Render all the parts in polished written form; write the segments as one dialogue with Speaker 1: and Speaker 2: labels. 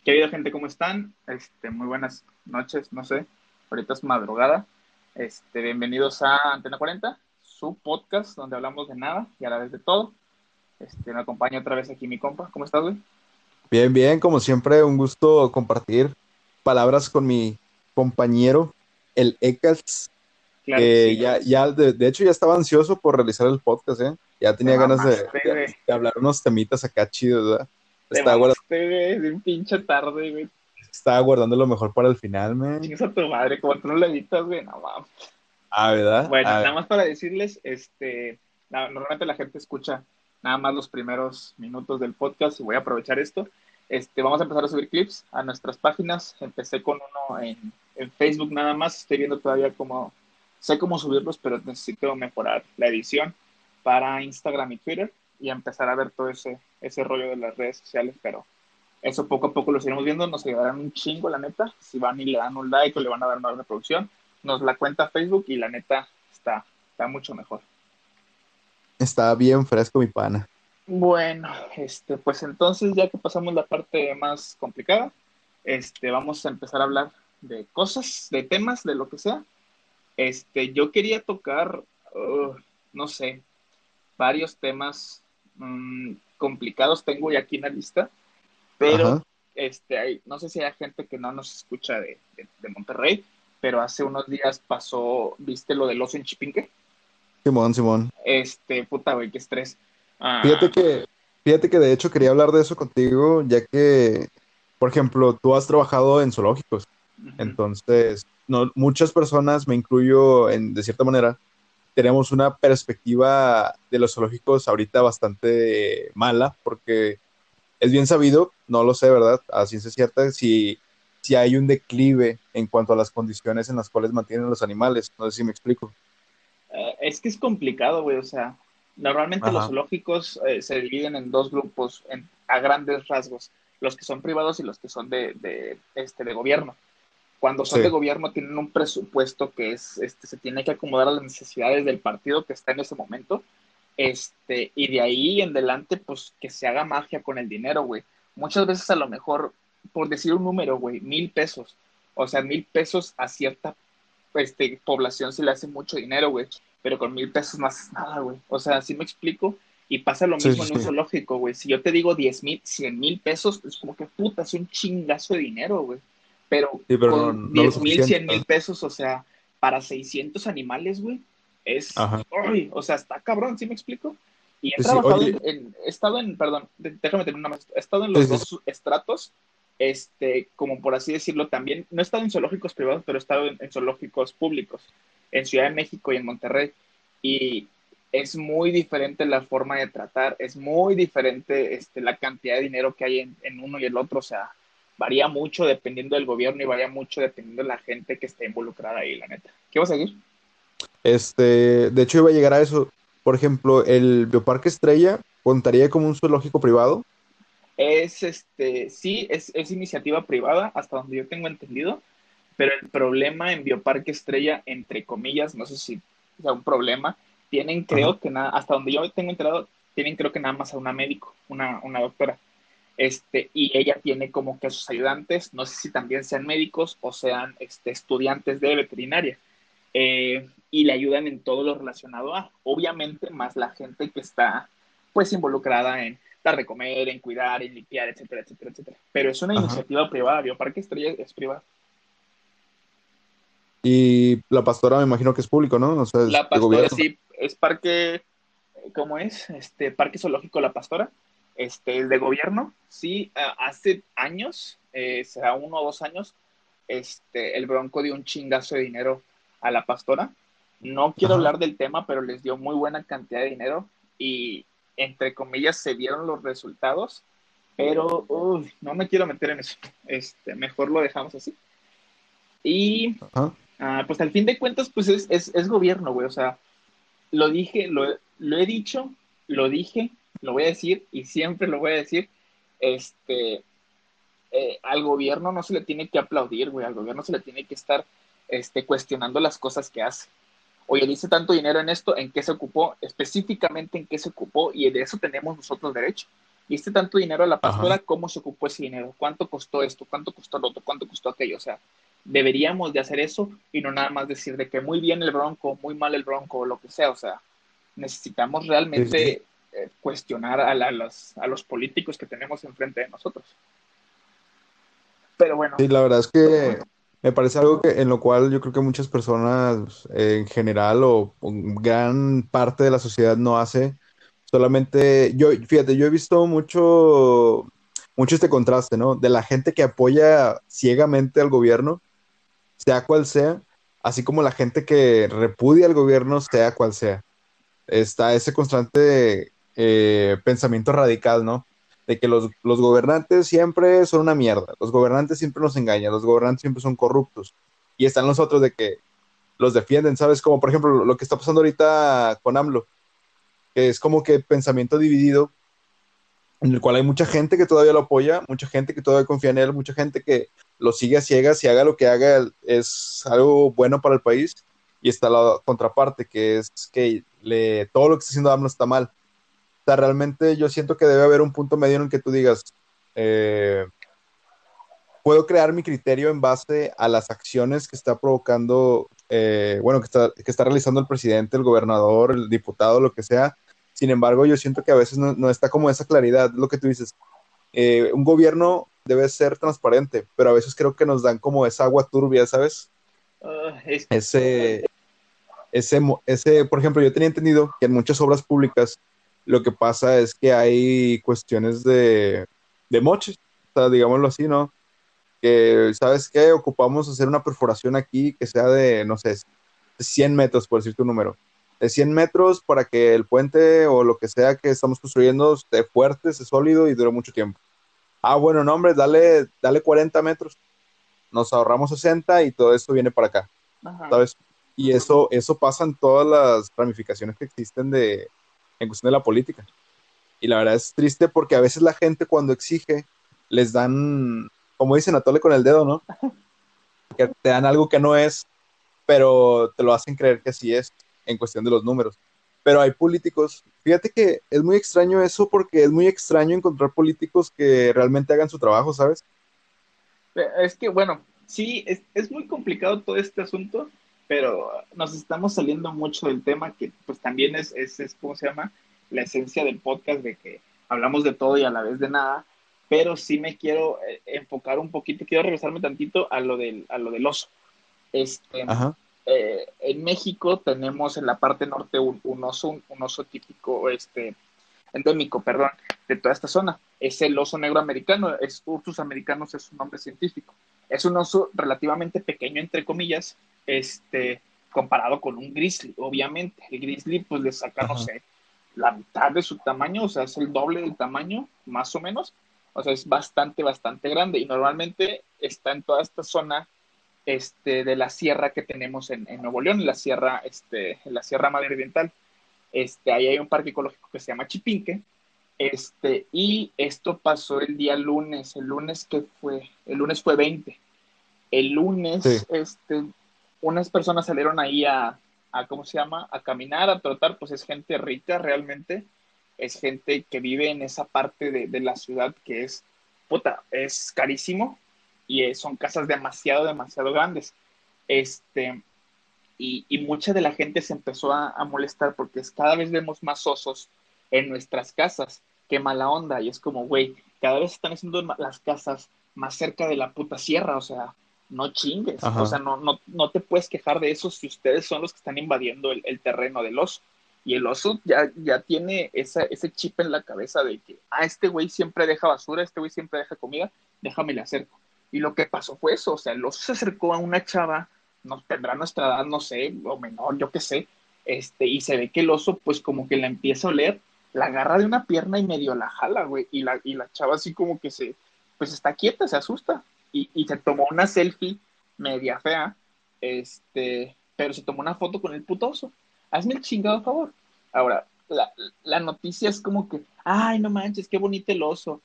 Speaker 1: ¿Qué ha habido, gente? ¿Cómo están? Muy buenas noches, no sé. Ahorita es madrugada. Bienvenidos a Antena 40, su podcast donde hablamos de nada y a la vez de todo. Me acompaña otra vez aquí mi compa. ¿Cómo estás, güey?
Speaker 2: Bien, bien, como siempre, un gusto compartir palabras con mi compañero, el Ecals,
Speaker 1: Claro que
Speaker 2: que
Speaker 1: sí.
Speaker 2: de hecho ya estaba ansioso por realizar el podcast, ¿eh? Ya
Speaker 1: Te
Speaker 2: tenía ganas
Speaker 1: mamaste, güey.
Speaker 2: de hablar unos temitas acá chidos, ¿verdad?
Speaker 1: Te
Speaker 2: Estaba guardando,
Speaker 1: mamaste, güey. De un pinche tarde, güey.
Speaker 2: estaba guardando lo mejor para el final, man.
Speaker 1: Chingas a tu madre, como tú no le editas, güey. No mames.
Speaker 2: Ah, ¿verdad?
Speaker 1: Bueno,
Speaker 2: Ah,
Speaker 1: nada más para decirles, normalmente la gente escucha nada más los primeros minutos del podcast y voy a aprovechar esto. Vamos a empezar a subir clips a nuestras páginas. Empecé con uno en Facebook nada más. Estoy viendo todavía sé cómo subirlos, pero necesito mejorar la edición para Instagram y Twitter y empezar a ver todo ese rollo de las redes sociales, pero eso poco a poco lo iremos viendo, nos ayudarán un chingo, la neta. Si van y le dan un like o le van a dar una reproducción, nos la cuenta Facebook y la neta está mucho mejor.
Speaker 2: está bien fresco mi pana.
Speaker 1: Bueno, pues entonces ya que pasamos la parte más complicada, vamos a empezar a hablar de cosas, de temas, de lo que sea. Yo quería tocar, no sé, varios temas complicados, tengo ya aquí en la lista, pero
Speaker 2: Ajá.
Speaker 1: no sé si hay gente que no nos escucha de Monterrey, pero hace unos días pasó, ¿viste lo del oso en Chipinque?
Speaker 2: Simón, Simón.
Speaker 1: Puta, güey, qué estrés.
Speaker 2: Fíjate
Speaker 1: Ah,
Speaker 2: que, fíjate que de hecho quería hablar de eso contigo, ya que, por ejemplo, tú has trabajado en zoológicos.
Speaker 1: ujú.
Speaker 2: Entonces, no, muchas personas, me incluyo de cierta manera, tenemos una perspectiva de los zoológicos ahorita bastante mala, porque es bien sabido, no lo sé, ¿verdad? A ciencia cierta, si hay un declive en cuanto a las condiciones en las cuales mantienen los animales. No sé si me explico.
Speaker 1: Es que es complicado, güey, o sea, normalmente los
Speaker 2: Ajá.
Speaker 1: zoológicos se dividen en dos grupos a grandes rasgos, los que son privados y los que son de gobierno. Cuando son de
Speaker 2: Sí,
Speaker 1: gobierno tienen un presupuesto que se tiene que acomodar a las necesidades del partido que está en ese momento, y de ahí en adelante, pues que se haga magia con el dinero, güey. Muchas veces a lo mejor, por decir un número, güey, 1,000 pesos, o sea, 1,000 pesos a cierta población se le hace mucho dinero, güey, pero con 1,000 pesos no haces nada, güey. O sea, así me explico. Y pasa lo
Speaker 2: sí,
Speaker 1: mismo
Speaker 2: sí,
Speaker 1: en un
Speaker 2: sí.
Speaker 1: zoológico, güey. Si yo te digo 10,000, 100,000 pesos, es como que puta, es un chingazo de dinero, güey. Pero
Speaker 2: Sí, pero no,
Speaker 1: con
Speaker 2: no lo
Speaker 1: 10,000,
Speaker 2: suficiente,
Speaker 1: cien
Speaker 2: ¿verdad?
Speaker 1: mil pesos, o sea, para 600 animales, güey, es,
Speaker 2: Ajá.
Speaker 1: uy, o sea, está cabrón, ¿sí me explico? Y he
Speaker 2: Sí, sí,
Speaker 1: trabajado
Speaker 2: oye,
Speaker 1: he estado perdón, déjame tener una más, he estado en
Speaker 2: sí,
Speaker 1: los
Speaker 2: sí, sí.
Speaker 1: dos estratos, como por así decirlo también, no he estado en zoológicos privados, pero he estado en zoológicos públicos, en Ciudad de México y en Monterrey, y es muy diferente la forma de tratar, es muy diferente la cantidad de dinero que hay en uno y el otro, o sea, varía mucho dependiendo del gobierno y varía mucho dependiendo de la gente que esté involucrada ahí, la neta. ¿Qué vas a seguir?
Speaker 2: De hecho, iba a llegar a eso. Por ejemplo, el Bioparque Estrella contaría como un zoológico privado.
Speaker 1: Sí, es iniciativa privada, hasta donde yo tengo entendido, pero el problema en Bioparque Estrella, entre comillas, no sé si o sea un problema, tienen
Speaker 2: Ajá,
Speaker 1: creo que nada, hasta donde yo tengo enterado, tienen creo que nada más a una médico, una doctora, y ella tiene como que a sus ayudantes, no sé si también sean médicos o sean estudiantes de veterinaria, y le ayudan en todo lo relacionado a, obviamente, más la gente que está pues involucrada en dar de comer, en cuidar, en limpiar, etcétera, etcétera, etcétera. Pero es una
Speaker 2: ajá.
Speaker 1: iniciativa privada, Bioparque Estrella es privada.
Speaker 2: Y la pastora me imagino que es público, ¿no? O sea, es
Speaker 1: La
Speaker 2: de
Speaker 1: Pastora
Speaker 2: gobierno.
Speaker 1: sí es parque, ¿cómo es? Parque Zoológico La Pastora, el de gobierno, sí, hace años, será 1 o 2 años, el Bronco dio un chingazo de dinero a La Pastora. No quiero
Speaker 2: Ajá.
Speaker 1: hablar del tema, pero les dio muy buena cantidad de dinero y, entre comillas, se vieron los resultados, pero uy, no me quiero meter en eso. Mejor lo dejamos así. Y
Speaker 2: Ajá.
Speaker 1: pues al fin de cuentas, pues es gobierno, güey. O sea, lo dije, lo he dicho, lo dije, lo voy a decir y siempre lo voy a decir. Este, Al gobierno no se le tiene que aplaudir, güey. Al gobierno se le tiene que estar cuestionando las cosas que hace. Oye, dice tanto dinero en esto, ¿en qué se ocupó? Específicamente en qué se ocupó y de eso tenemos nosotros derecho. y este tanto dinero a la
Speaker 2: Ajá.
Speaker 1: pastora, ¿cómo se ocupó ese dinero? ¿Cuánto costó esto? ¿Cuánto costó lo otro? ¿Cuánto costó aquello? O sea, deberíamos de hacer eso y no nada más decir de que muy bien el Bronco, muy mal el Bronco, o lo que sea. O sea, necesitamos
Speaker 2: Sí, sí.
Speaker 1: realmente cuestionar a los políticos que tenemos enfrente de nosotros. Pero bueno,
Speaker 2: Sí, la verdad es que me parece algo que en lo cual yo creo que muchas personas en general o gran parte de la sociedad no hace. Solamente yo, fíjate, yo he visto mucho este contraste, ¿no? De la gente que apoya ciegamente al gobierno, sea cual sea, así como la gente que repudia al gobierno, sea cual sea. Está ese constante pensamiento radical, ¿no? De que los gobernantes siempre son una mierda, los gobernantes siempre nos engañan, los gobernantes siempre son corruptos. Y están los otros de que los defienden, ¿sabes? Como por ejemplo lo que está pasando ahorita con AMLO, que es como que pensamiento dividido, en el cual hay mucha gente que todavía lo apoya, mucha gente que todavía confía en él, mucha gente que lo sigue a ciegas y haga lo que haga es algo bueno para el país. Y está la contraparte, que es que todo lo que está haciendo AMLO está mal. O sea, realmente yo siento que debe haber un punto medio en el que tú digas, eh, puedo crear mi criterio en base a las acciones que está provocando, bueno, que está realizando el presidente, el gobernador, el diputado, lo que sea. Sin embargo, yo siento que a veces no está como esa claridad, lo que tú dices. Un gobierno debe ser transparente, pero a veces creo que nos dan como esa agua turbia, ¿sabes?
Speaker 1: es,
Speaker 2: Por ejemplo, yo tenía entendido que en muchas obras públicas lo que pasa es que hay cuestiones de moches, o sea, digámoslo así, ¿no? Que, ¿sabes qué? Ocupamos hacer una perforación aquí que sea de, no sé, 100 metros, por decirte un número. De 100 metros para que el puente o lo que sea que estamos construyendo esté fuerte, esté sólido y dure mucho tiempo. Ah, bueno, no, hombre, dale 40 metros. Nos ahorramos 60 y todo esto viene para acá,
Speaker 1: ajá.
Speaker 2: ¿sabes? Y eso pasa en todas las ramificaciones que existen en cuestión de la política. Y la verdad es triste porque a veces la gente cuando exige les dan, como dicen, a tole con el dedo, ¿no? Que te dan algo que no es, pero te lo hacen creer que sí es en cuestión de los números. Pero hay políticos, fíjate que es muy extraño eso porque es muy extraño encontrar políticos que realmente hagan su trabajo, ¿sabes?
Speaker 1: Es que, bueno, sí, es muy complicado todo este asunto, pero nos estamos saliendo mucho del tema que pues también ¿cómo se llama? La esencia del podcast de que hablamos de todo y a la vez de nada, pero sí me quiero enfocar un poquito, quiero regresarme tantito a lo del oso. Este,
Speaker 2: Ajá,
Speaker 1: en México tenemos en la parte norte un oso típico, endémico, perdón, de toda esta zona. Es el oso negro americano, es Ursus americanus, es su nombre científico. Es un oso relativamente pequeño, entre comillas, comparado con un grizzly, obviamente. El grizzly, pues le saca, no
Speaker 2: ajá.
Speaker 1: sé, la mitad de su tamaño, o sea, es el doble del tamaño, más o menos. O sea, es bastante, bastante grande y normalmente está en toda esta zona de la sierra que tenemos en Nuevo León, en la Sierra Madre Oriental. Ahí hay un parque ecológico que se llama Chipinque, y esto pasó el día lunes, el lunes fue 20. El
Speaker 2: Sí,
Speaker 1: lunes, unas personas salieron ahí ¿cómo se llama? A caminar, a trotar, pues es gente rica realmente, es gente que vive en esa parte de la ciudad que puta, es carísimo y son casas demasiado, demasiado grandes. Este, y mucha de la gente se empezó a molestar porque cada vez vemos más osos en nuestras casas. Qué mala onda. Y es como, güey, cada vez están haciendo las casas más cerca de la puta sierra. O sea, no chingues. O sea,
Speaker 2: ajá.
Speaker 1: no te puedes quejar de eso si ustedes son los que están invadiendo el terreno del oso. Y el oso ya tiene ese chip en la cabeza de que, este güey siempre deja basura, este güey siempre deja comida, déjame le acerco. Y lo que pasó fue eso, o sea, el oso se acercó a una chava, no tendrá nuestra edad, no sé, o menor, yo qué sé, y se ve que el oso, pues como que la empieza a oler, la agarra de una pierna y medio la jala, güey, y la chava así como que pues está quieta, se asusta, y se tomó una selfie media fea, pero se tomó una foto con el puto oso. Hazme el chingado favor. Ahora, la noticia es como que, ay, no manches, qué bonito el oso,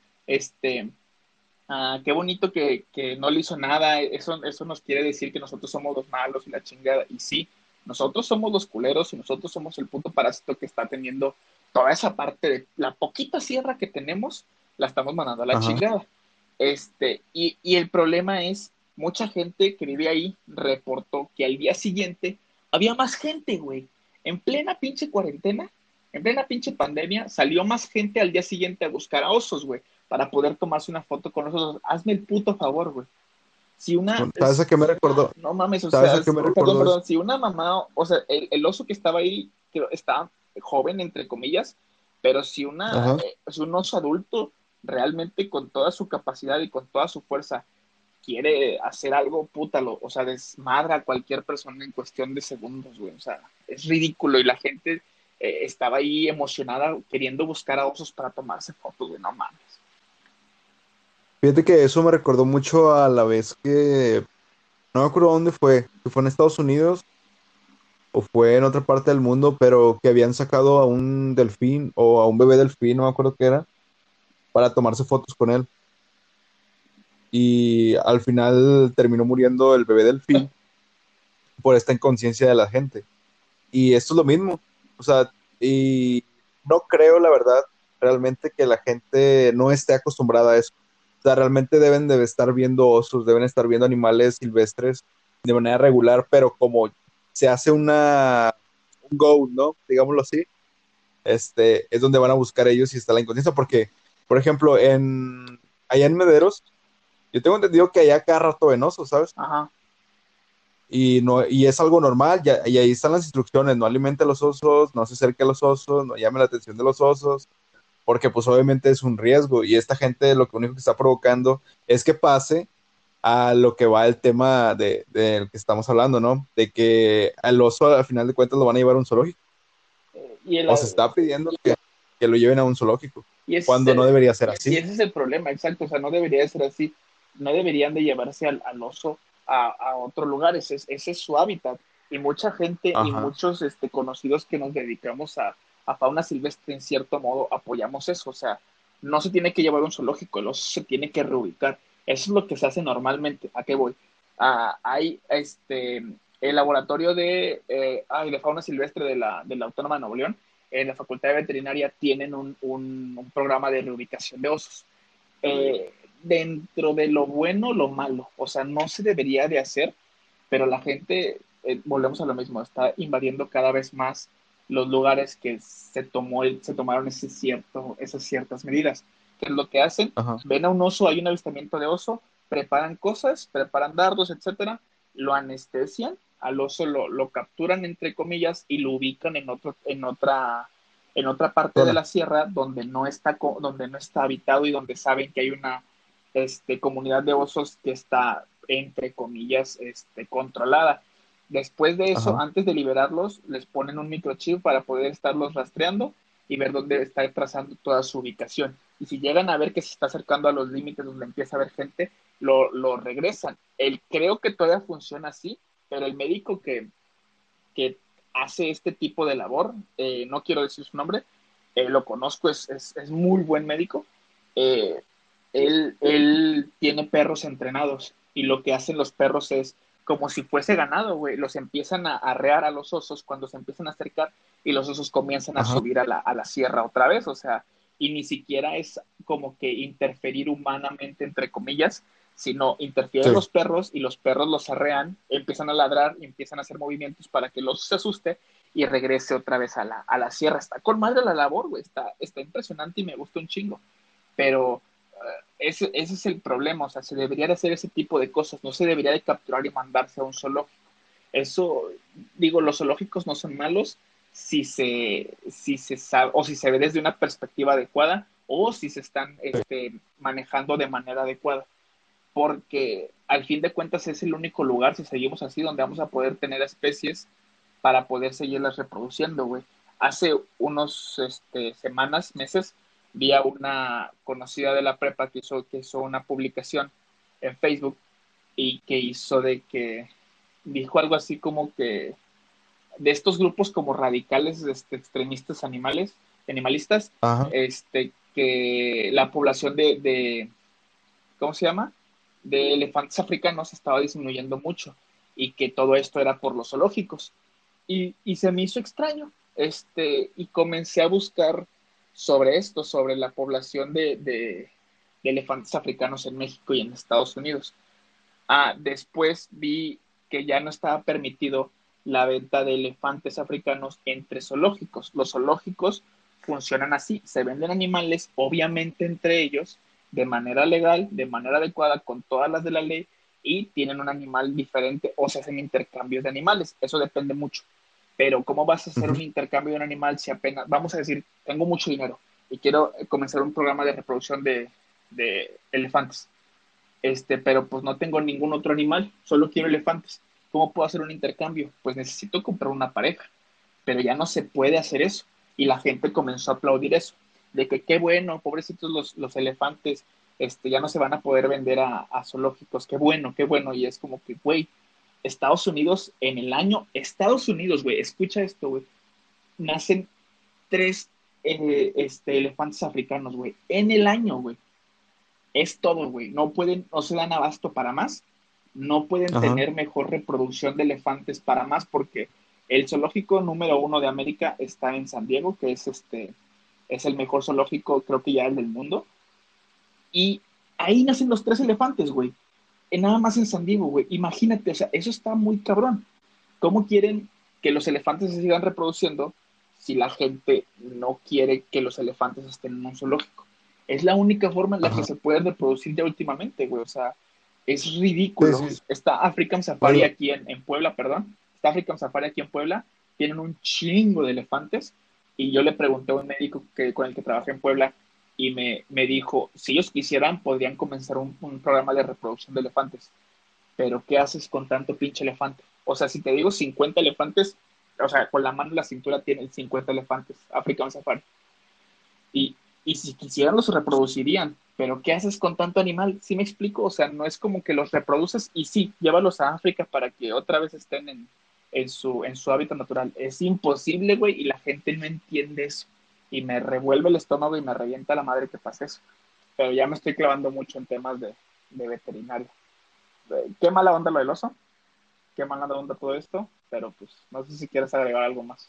Speaker 1: qué bonito que no le hizo nada, eso nos quiere decir que nosotros somos los malos y la chingada. Y sí, nosotros somos los culeros y nosotros somos el puto parásito que está teniendo toda esa parte de la poquita sierra que tenemos, la estamos mandando a la
Speaker 2: Ajá.
Speaker 1: chingada. Y el problema es, mucha gente que vive ahí reportó que al día siguiente había más gente, güey. En plena pinche cuarentena, en plena pinche pandemia, salió más gente al día siguiente a buscar a osos, güey, para poder tomarse una foto con los osos. Hazme el puto favor, güey. Si una,
Speaker 2: ¿Sabes a qué me recordó?
Speaker 1: no mames, o
Speaker 2: ¿Sabes
Speaker 1: sea,
Speaker 2: a qué me
Speaker 1: perdón,
Speaker 2: recordó eso?
Speaker 1: perdón, si una mamá, o sea, el oso que estaba ahí, creo, estaba joven, entre comillas, pero
Speaker 2: Ajá.
Speaker 1: si un oso adulto realmente con toda su capacidad y con toda su fuerza quiere hacer algo, pútalo, o sea, desmadra a cualquier persona en cuestión de segundos, güey, o sea, es ridículo y la gente estaba ahí emocionada queriendo buscar a osos para tomarse fotos, güey, no mames.
Speaker 2: Fíjate que eso me recordó mucho a la vez que, no me acuerdo dónde fue, si fue en Estados Unidos o fue en otra parte del mundo, pero que habían sacado a un delfín o a un bebé delfín, no me acuerdo qué era, para tomarse fotos con él. Y al final terminó muriendo el bebé delfín por esta inconsciencia de la gente. Y esto es lo mismo. O sea, y no creo, la verdad, realmente que la gente no esté acostumbrada a eso. O sea, realmente deben de estar viendo osos, deben estar viendo animales silvestres de manera regular, pero como se hace un go, ¿no? Digámoslo así, es donde van a buscar ellos si está la inconsciencia. Porque, por ejemplo, allá en Mederos, yo tengo entendido que allá cada rato ven osos, ¿sabes?
Speaker 1: Ajá.
Speaker 2: Y, no, y es algo normal, y ahí están las instrucciones, no alimente a los osos, no se acerque a los osos, no llame la atención de los osos, porque pues obviamente es un riesgo y esta gente lo que único que está provocando es que pase a lo que va el tema del que estamos hablando, ¿no? De que al oso al final de cuentas lo van a llevar a un zoológico,
Speaker 1: Y el,
Speaker 2: o se está pidiendo que lo lleven a un zoológico,
Speaker 1: Y
Speaker 2: cuando no
Speaker 1: ese,
Speaker 2: debería ser
Speaker 1: y
Speaker 2: así.
Speaker 1: ese es el problema, exacto. O sea, no debería de ser así. No deberían de llevarse al oso a otro lugar. Ese es su hábitat. Y mucha gente y
Speaker 2: Ajá.
Speaker 1: muchos conocidos que nos dedicamos a fauna silvestre, en cierto modo, apoyamos eso. O sea, no se tiene que llevar a un zoológico, el oso se tiene que reubicar. Eso es lo que se hace normalmente. ¿A qué voy? Hay el laboratorio de fauna silvestre de la Autónoma de Nuevo León en la Facultad de Veterinaria tienen un programa de reubicación de osos. Dentro de lo bueno, lo malo. O sea, no se debería de hacer, pero la gente, volvemos a lo mismo, está invadiendo cada vez más los lugares que se tomaron esas ciertas medidas. ¿Qué es lo que hacen?
Speaker 2: Ajá.
Speaker 1: Ven a un oso, hay un avistamiento de oso, preparan cosas, preparan dardos, etcétera, lo anestesian, al oso lo capturan entre comillas y lo ubican en otra parte de
Speaker 2: Zona.
Speaker 1: la sierra donde no está habitado y donde saben que hay una comunidad de osos que está entre comillas controlada. Después de eso,
Speaker 2: Ajá.
Speaker 1: antes de liberarlos, les ponen un microchip para poder estarlos rastreando y ver dónde está trazando toda su ubicación. Y si llegan a ver que se está acercando a los límites donde empieza a haber gente, lo regresan. Creo que todavía funciona así, pero el médico que hace este tipo de labor, no quiero decir su nombre, lo conozco, es muy buen médico. Eh, él tiene perros entrenados y lo que hacen los perros es como si fuese ganado, güey. Los empiezan a arrear a los osos cuando se empiezan a acercar y los osos comienzan a
Speaker 2: Ajá.
Speaker 1: subir a la sierra otra vez, o sea, y ni siquiera es como que interferir humanamente, entre comillas, sino interfieren
Speaker 2: Sí.
Speaker 1: los perros y los perros los arrean, empiezan a ladrar y empiezan a hacer movimientos para que el oso se asuste y regrese otra vez a la sierra. Está con madre la labor, güey, está impresionante y me gusta un chingo, pero ese es el problema, o sea, se debería de hacer ese tipo de cosas, no se debería de capturar y mandarse a un zoológico. Eso, digo, los zoológicos no son malos si se sabe o si se ve desde una perspectiva adecuada o si se están manejando de manera adecuada, porque al fin de cuentas es el único lugar, si seguimos así, donde vamos a poder tener especies para poder seguirlas reproduciendo, güey. Hace unos semanas, meses, vi a una conocida de la prepa que hizo una publicación en Facebook y que hizo de que dijo algo así como que de estos grupos como radicales, extremistas animalistas,
Speaker 2: Ajá.
Speaker 1: que la población de ¿cómo se llama? De elefantes africanos estaba disminuyendo mucho y que todo esto era por los zoológicos. Y se me hizo extraño. Y comencé a buscar sobre esto, sobre la población de elefantes africanos en México y en Estados Unidos. Después vi que ya no estaba permitido la venta de elefantes africanos entre zoológicos. Los zoológicos funcionan así, se venden animales, obviamente entre ellos, de manera legal, de manera adecuada, con todas las de la ley, y tienen un animal diferente o se hacen intercambios de animales. Eso depende mucho. Pero ¿cómo vas a hacer un
Speaker 2: Ujú.
Speaker 1: intercambio de un animal si apenas, vamos a decir, tengo mucho dinero y quiero comenzar un programa de reproducción de elefantes? Pero pues no tengo ningún otro animal, solo quiero elefantes. ¿Cómo puedo hacer un intercambio? Pues necesito comprar una pareja, pero ya no se puede hacer eso. Y la gente comenzó a aplaudir eso, de que qué bueno, pobrecitos los elefantes, ya no se van a poder vender a zoológicos, qué bueno, y es como que, güey, Estados Unidos en el año, Estados Unidos, güey, escucha esto, güey, nacen tres elefantes africanos, güey, en el año, güey. Es todo, güey. No se dan abasto para más, no pueden
Speaker 2: Ajá,
Speaker 1: tener mejor reproducción de elefantes para más porque el zoológico número uno de América está en San Diego, que es el mejor zoológico, creo que ya el del mundo. Y ahí nacen los tres elefantes, güey. Nada más en San Diego, güey. Imagínate, o sea, eso está muy cabrón. ¿Cómo quieren que los elefantes se sigan reproduciendo si la gente no quiere que los elefantes estén en un zoológico? Es la única forma en la que
Speaker 2: ajá.
Speaker 1: se pueden reproducir ya últimamente, güey. O sea, es
Speaker 2: Sí,
Speaker 1: ridículo.
Speaker 2: sí.
Speaker 1: Está African Safari
Speaker 2: Bueno,
Speaker 1: aquí en Puebla, perdón. Está African Safari aquí en Puebla. Tienen un chingo de elefantes. Y yo le pregunté a un médico con el que trabajé en Puebla y me dijo, si ellos quisieran, podrían comenzar un programa de reproducción de elefantes, pero ¿qué haces con tanto pinche elefante? O sea, si te digo 50 elefantes, o sea, con la mano en la cintura tienen 50 elefantes, African Safari. Y, y si quisieran los reproducirían, pero ¿qué haces con tanto animal? ¿Sí me explico? O sea, no es como que los reproduces y sí, llévalos a África para que otra vez estén en su hábitat natural. Es imposible, güey, y la gente no entiende eso. Y me revuelve el estómago y me revienta la madre que pasa eso. Pero ya me estoy clavando mucho en temas de veterinario. Qué mala onda lo del oso, qué mala onda todo esto, pero pues no sé si quieres agregar algo más.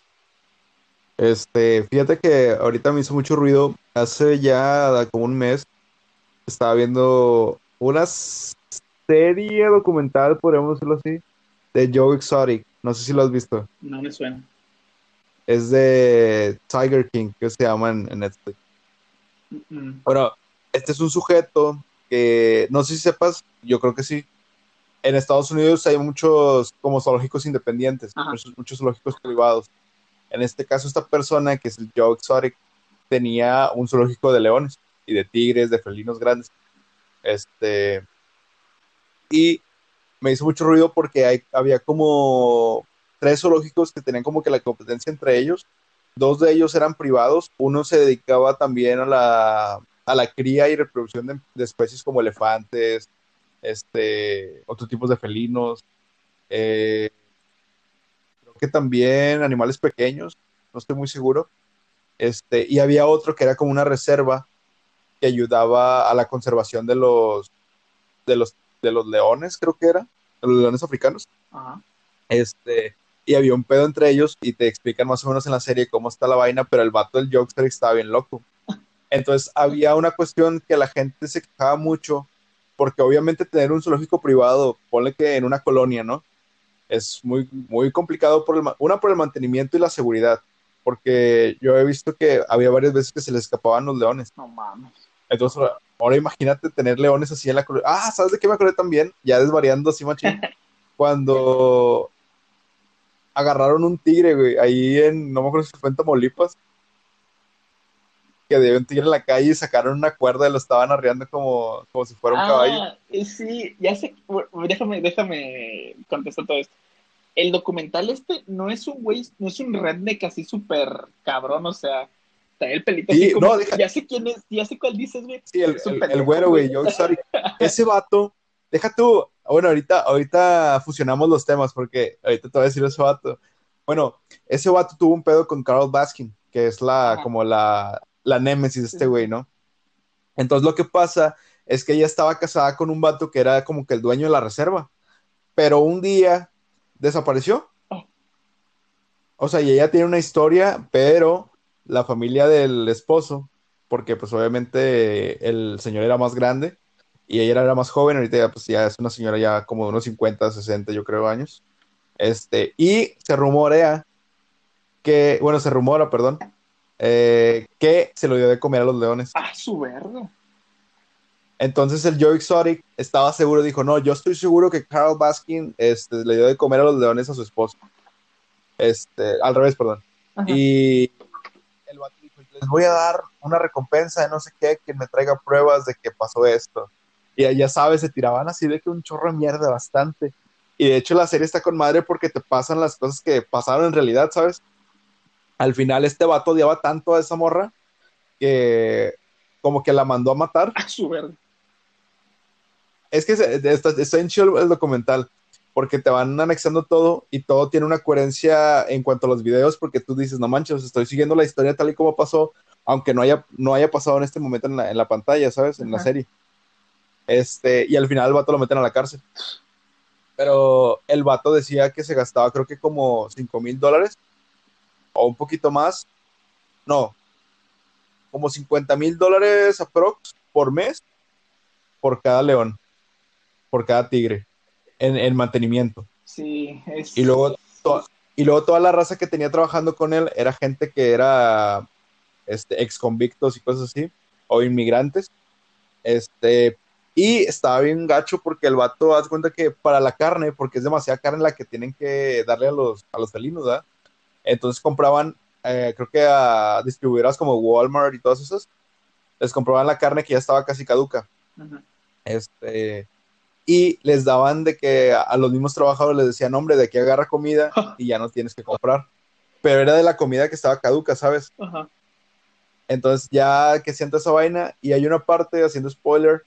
Speaker 2: fíjate que ahorita me hizo mucho ruido. Hace ya como un mes estaba viendo una serie documental, podríamos decirlo así, de Joe Exotic. No sé si lo has visto.
Speaker 1: No me suena.
Speaker 2: Es de Tiger King, que se llama en Netflix.
Speaker 1: Mm-mm.
Speaker 2: Bueno, este es un sujeto que, no sé si sepas, yo creo que sí. En Estados Unidos hay muchos como zoológicos independientes,
Speaker 1: Ajá.
Speaker 2: muchos zoológicos privados. En este caso, esta persona, que es el Joe Exotic, tenía un zoológico de leones y de tigres, de felinos grandes. Este, y me hizo mucho ruido porque había como tres zoológicos que tenían como que la competencia entre ellos. Dos de ellos eran privados, uno se dedicaba también a la cría y reproducción de especies como elefantes, otros tipos de felinos, eh, creo que también animales pequeños, no estoy muy seguro. Y había otro que era como una reserva que ayudaba a la conservación de los, de los leones, creo que era, de los leones africanos.
Speaker 1: Ajá.
Speaker 2: Este, y había un pedo entre ellos y te explican más o menos en la serie cómo está la vaina, pero el vato del Jokester estaba bien loco. Entonces había una cuestión que la gente se quejaba mucho, porque obviamente tener un zoológico privado, ponle que en una colonia, ¿no? Es muy, muy complicado por el mantenimiento y la seguridad, porque yo he visto que había varias veces que se les escapaban los leones.
Speaker 1: No mames.
Speaker 2: Entonces, ahora imagínate tener leones así en la colonia. Ah, ¿sabes de qué me acordé también? Ya desvariando así, machín. Cuando agarraron un tigre, güey, ahí no me acuerdo si fue en Tamaulipas, que había un tigre en la calle y sacaron una cuerda y lo estaban arreando como si fuera un caballo.
Speaker 1: Sí, ya sé, bueno, déjame contestar todo esto. El documental no es un güey, no es un redneck así súper cabrón, o sea, trae el pelito así
Speaker 2: Sí, no,
Speaker 1: como,
Speaker 2: deja,
Speaker 1: ya sé quién es, ya sé cuál dices, güey.
Speaker 2: sí,
Speaker 1: Es un
Speaker 2: el
Speaker 1: pendejo,
Speaker 2: güero,
Speaker 1: güey.
Speaker 2: güey, Joe Exotic. Ese vato, deja tú, bueno, ahorita fusionamos los temas porque ahorita te voy a decir ese vato. Bueno, ese vato tuvo un pedo con Carol Baskin, que es
Speaker 1: Ajá.
Speaker 2: como la némesis de
Speaker 1: Sí,
Speaker 2: este
Speaker 1: sí,
Speaker 2: güey,
Speaker 1: sí.
Speaker 2: ¿no? Entonces lo que pasa es que ella estaba casada con un vato que era como que el dueño de la reserva, pero un día desapareció.
Speaker 1: Oh,
Speaker 2: O sea, y ella tiene una historia, pero la familia del esposo, porque pues obviamente el señor era más grande y ella era más joven, ahorita ya, pues ya es una señora ya como de unos 50, 60, yo creo, años. Y se rumorea que, bueno, se rumora, perdón, que se lo dio de comer a los leones.
Speaker 1: Ah, su verga.
Speaker 2: Entonces el Joe Exotic estaba seguro, dijo, no, yo estoy seguro que Carl Baskin le dio de comer a los leones a su esposo. Al revés, perdón.
Speaker 1: Ajá.
Speaker 2: Y el vato dijo, les voy a dar una recompensa de no sé qué, que me traiga pruebas de que pasó esto. Y ya sabes, se tiraban así de que un chorro de mierda bastante. Y de hecho la serie está con madre porque te pasan las cosas que pasaron en realidad, ¿sabes? Al final este vato odiaba tanto a esa morra que como que la mandó a matar.
Speaker 1: Ah, su verga.
Speaker 2: Es que está en chido el documental, porque te van anexando todo y todo tiene una coherencia en cuanto a los videos, porque tú dices, no manches, estoy siguiendo la historia tal y como pasó, aunque no haya pasado en este momento en la pantalla, ¿sabes? En la
Speaker 1: Ajá.
Speaker 2: serie. Y al final el vato lo meten a la cárcel. Pero el vato decía que se gastaba creo que como $5,000 o un poquito más, no, como $50,000 aprox por mes por cada león, por cada tigre, en mantenimiento.
Speaker 1: Sí,
Speaker 2: Y
Speaker 1: es.
Speaker 2: luego, y luego toda la raza que tenía trabajando con él era gente que era ex convictos y cosas así, o inmigrantes. Este, y estaba bien gacho porque el vato, haz cuenta que para la carne, porque es demasiada carne la que tienen que darle a los felinos, ¿verdad? Entonces compraban, creo que a distribuidoras como Walmart y todas esas, les compraban la carne que ya estaba casi caduca.
Speaker 1: Ajá.
Speaker 2: Este, y les daban de que a los mismos trabajadores les decían, hombre, de aquí agarra comida y ya no tienes que comprar. Pero era de la comida que estaba caduca, ¿sabes?
Speaker 1: Ajá.
Speaker 2: Entonces ya que siento esa vaina y hay una parte, haciendo spoiler,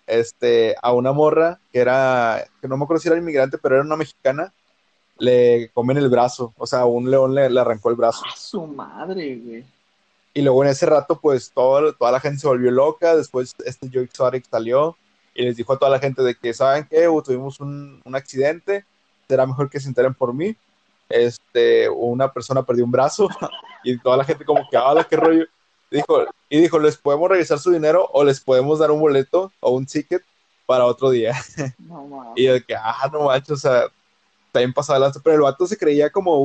Speaker 2: a una morra que no me acuerdo si era inmigrante, pero era una mexicana, le comen el brazo, o sea, un león le arrancó el brazo.
Speaker 1: Ah, su madre, güey.
Speaker 2: Y luego en ese rato, pues toda la gente se volvió loca, después Joe Exotic salió y les dijo a toda la gente de que, ¿saben qué? Tuvimos un accidente, será mejor que se enteren por mí. Una persona perdió un brazo y toda la gente como que, ¡hala, qué rollo! Y dijo, les podemos regresar su dinero o les podemos dar un boleto o un ticket para otro día.
Speaker 1: No
Speaker 2: Y yo
Speaker 1: mames.
Speaker 2: de que, no manches, o sea, está bien pasado el lanza, pero el vato se creía como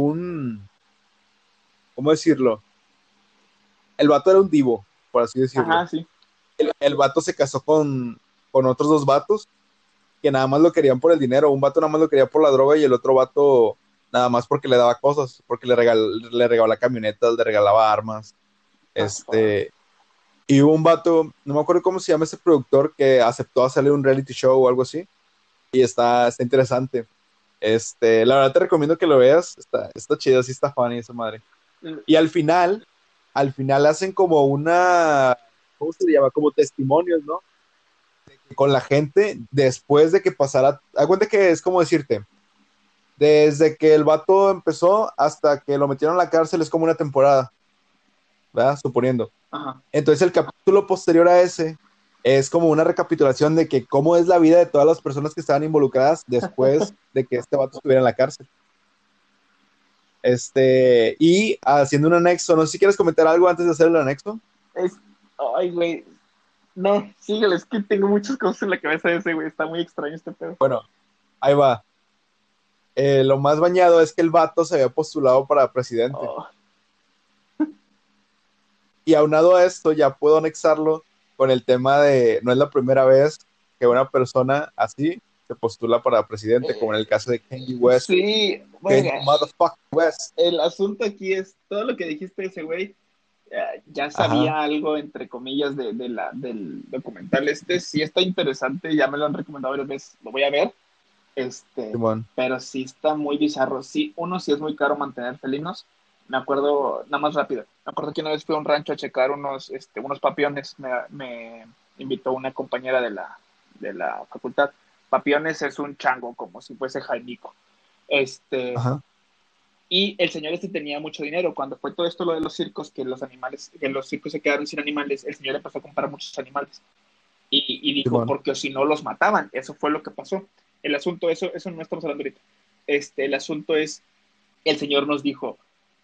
Speaker 2: ¿cómo decirlo? El vato era un divo, por así decirlo.
Speaker 1: Ajá, sí.
Speaker 2: El vato se casó con otros dos vatos que nada más lo querían por el dinero. Un vato nada más lo quería por la droga y el otro vato nada más porque le daba cosas, porque le regalaba camionetas, le regalaba armas.
Speaker 1: Ah, fuck.
Speaker 2: Y hubo un vato, no me acuerdo cómo se llama ese productor, que aceptó hacerle un reality show o algo así. Y está interesante. La verdad te recomiendo que lo veas. Está chido, sí está funny esa madre. Y al final hacen como ¿cómo se le llama? Como testimonios, ¿no? Con la gente después de que pasara. Haz cuenta que es como decirte, desde que el vato empezó hasta que lo metieron a la cárcel es como una temporada, ¿verdad? Suponiendo.
Speaker 1: Ajá.
Speaker 2: Entonces el capítulo posterior a ese es como una recapitulación de que cómo es la vida de todas las personas que estaban involucradas después de que este vato estuviera en la cárcel. Y haciendo un anexo, no sé si quieres comentar algo antes de hacer el anexo.
Speaker 1: Es. Ay, güey. No, síguele, es que tengo muchas cosas en la cabeza de ese, güey. Está muy extraño este pedo.
Speaker 2: Bueno, ahí va. Lo más bañado es que el vato se había postulado para presidente.
Speaker 1: Oh,
Speaker 2: Y aunado a esto, ya puedo anexarlo con el tema de no es la primera vez que una persona así se postula para presidente, como en el caso de Kanye West.
Speaker 1: sí,
Speaker 2: Kanye
Speaker 1: venga.
Speaker 2: Motherfucking West.
Speaker 1: El asunto aquí es todo lo que dijiste de ese güey. Ya
Speaker 2: Ajá,
Speaker 1: sabía algo, entre comillas, del documental este. Sí está interesante, ya me lo han recomendado varias veces. Lo voy a ver. Este,
Speaker 2: Simón.
Speaker 1: pero sí está muy bizarro. Sí, uno, sí es muy caro mantener felinos. Me acuerdo, nada más rápido, me acuerdo que una vez fui a un rancho a checar unos papiones. Me invitó una compañera de la facultad. Papiones es un chango, como si fuese Jaimico. Este,
Speaker 2: Ajá.
Speaker 1: y el señor tenía mucho dinero. Cuando fue todo esto lo de los circos, que los circos se quedaron sin animales, el señor empezó a comprar muchos animales. Y dijo,
Speaker 2: Simón.
Speaker 1: porque si no los mataban. Eso fue lo que pasó. El asunto, eso no estamos hablando ahorita. El asunto es, el señor nos dijo,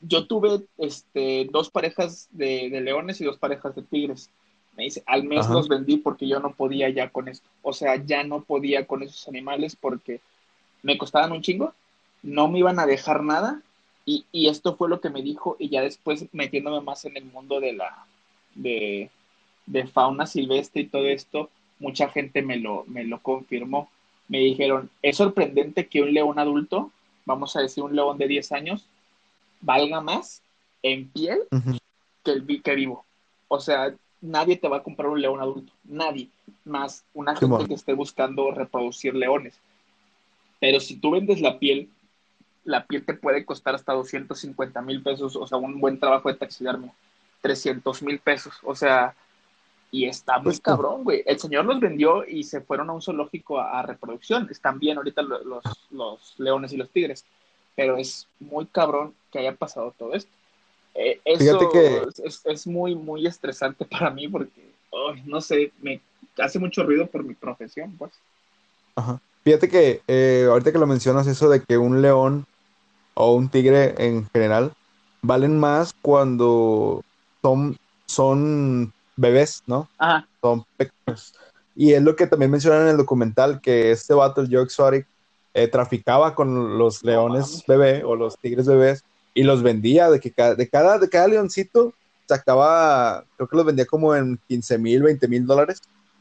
Speaker 1: yo tuve dos parejas de leones y dos parejas de tigres. Me dice, al mes
Speaker 2: Ajá.
Speaker 1: los vendí porque yo no podía ya con esto. O sea, ya no podía con esos animales porque me costaban un chingo, no me iban a dejar nada. Y esto fue lo que me dijo. Y ya después metiéndome más en el mundo de, de fauna silvestre y todo esto, mucha gente me lo confirmó. Me dijeron, es sorprendente que un león adulto, vamos a decir un león de 10 años, valga más en piel
Speaker 2: Ujú.
Speaker 1: que vivo. O sea, nadie te va a comprar un león adulto, nadie, más una gente
Speaker 2: Simón.
Speaker 1: que esté buscando reproducir leones. Pero si tú vendes la piel te puede costar hasta 250,000 pesos, o sea, un buen trabajo de taxidermia, 300,000 pesos, o sea, y está muy
Speaker 2: Justo.
Speaker 1: cabrón, güey. El señor los vendió y se fueron a un zoológico a reproducción. Están bien ahorita los leones y los tigres, pero es muy cabrón que haya pasado todo esto.
Speaker 2: Fíjate que,
Speaker 1: Eso es muy, muy estresante para mí porque, ay, no sé, me hace mucho ruido por mi profesión, pues.
Speaker 2: ajá. Fíjate que ahorita que lo mencionas, eso de que un león o un tigre en general valen más cuando son, son bebés, ¿no?
Speaker 1: Ajá,
Speaker 2: Son pequeños. Y es lo que también mencionan en el documental, que este vato, el Joe Exotic, traficaba con los
Speaker 1: no
Speaker 2: leones
Speaker 1: mames.
Speaker 2: bebé o los tigres bebés y los vendía, de que de cada leoncito sacaba, creo que los vendía como en 15,000, $20,000.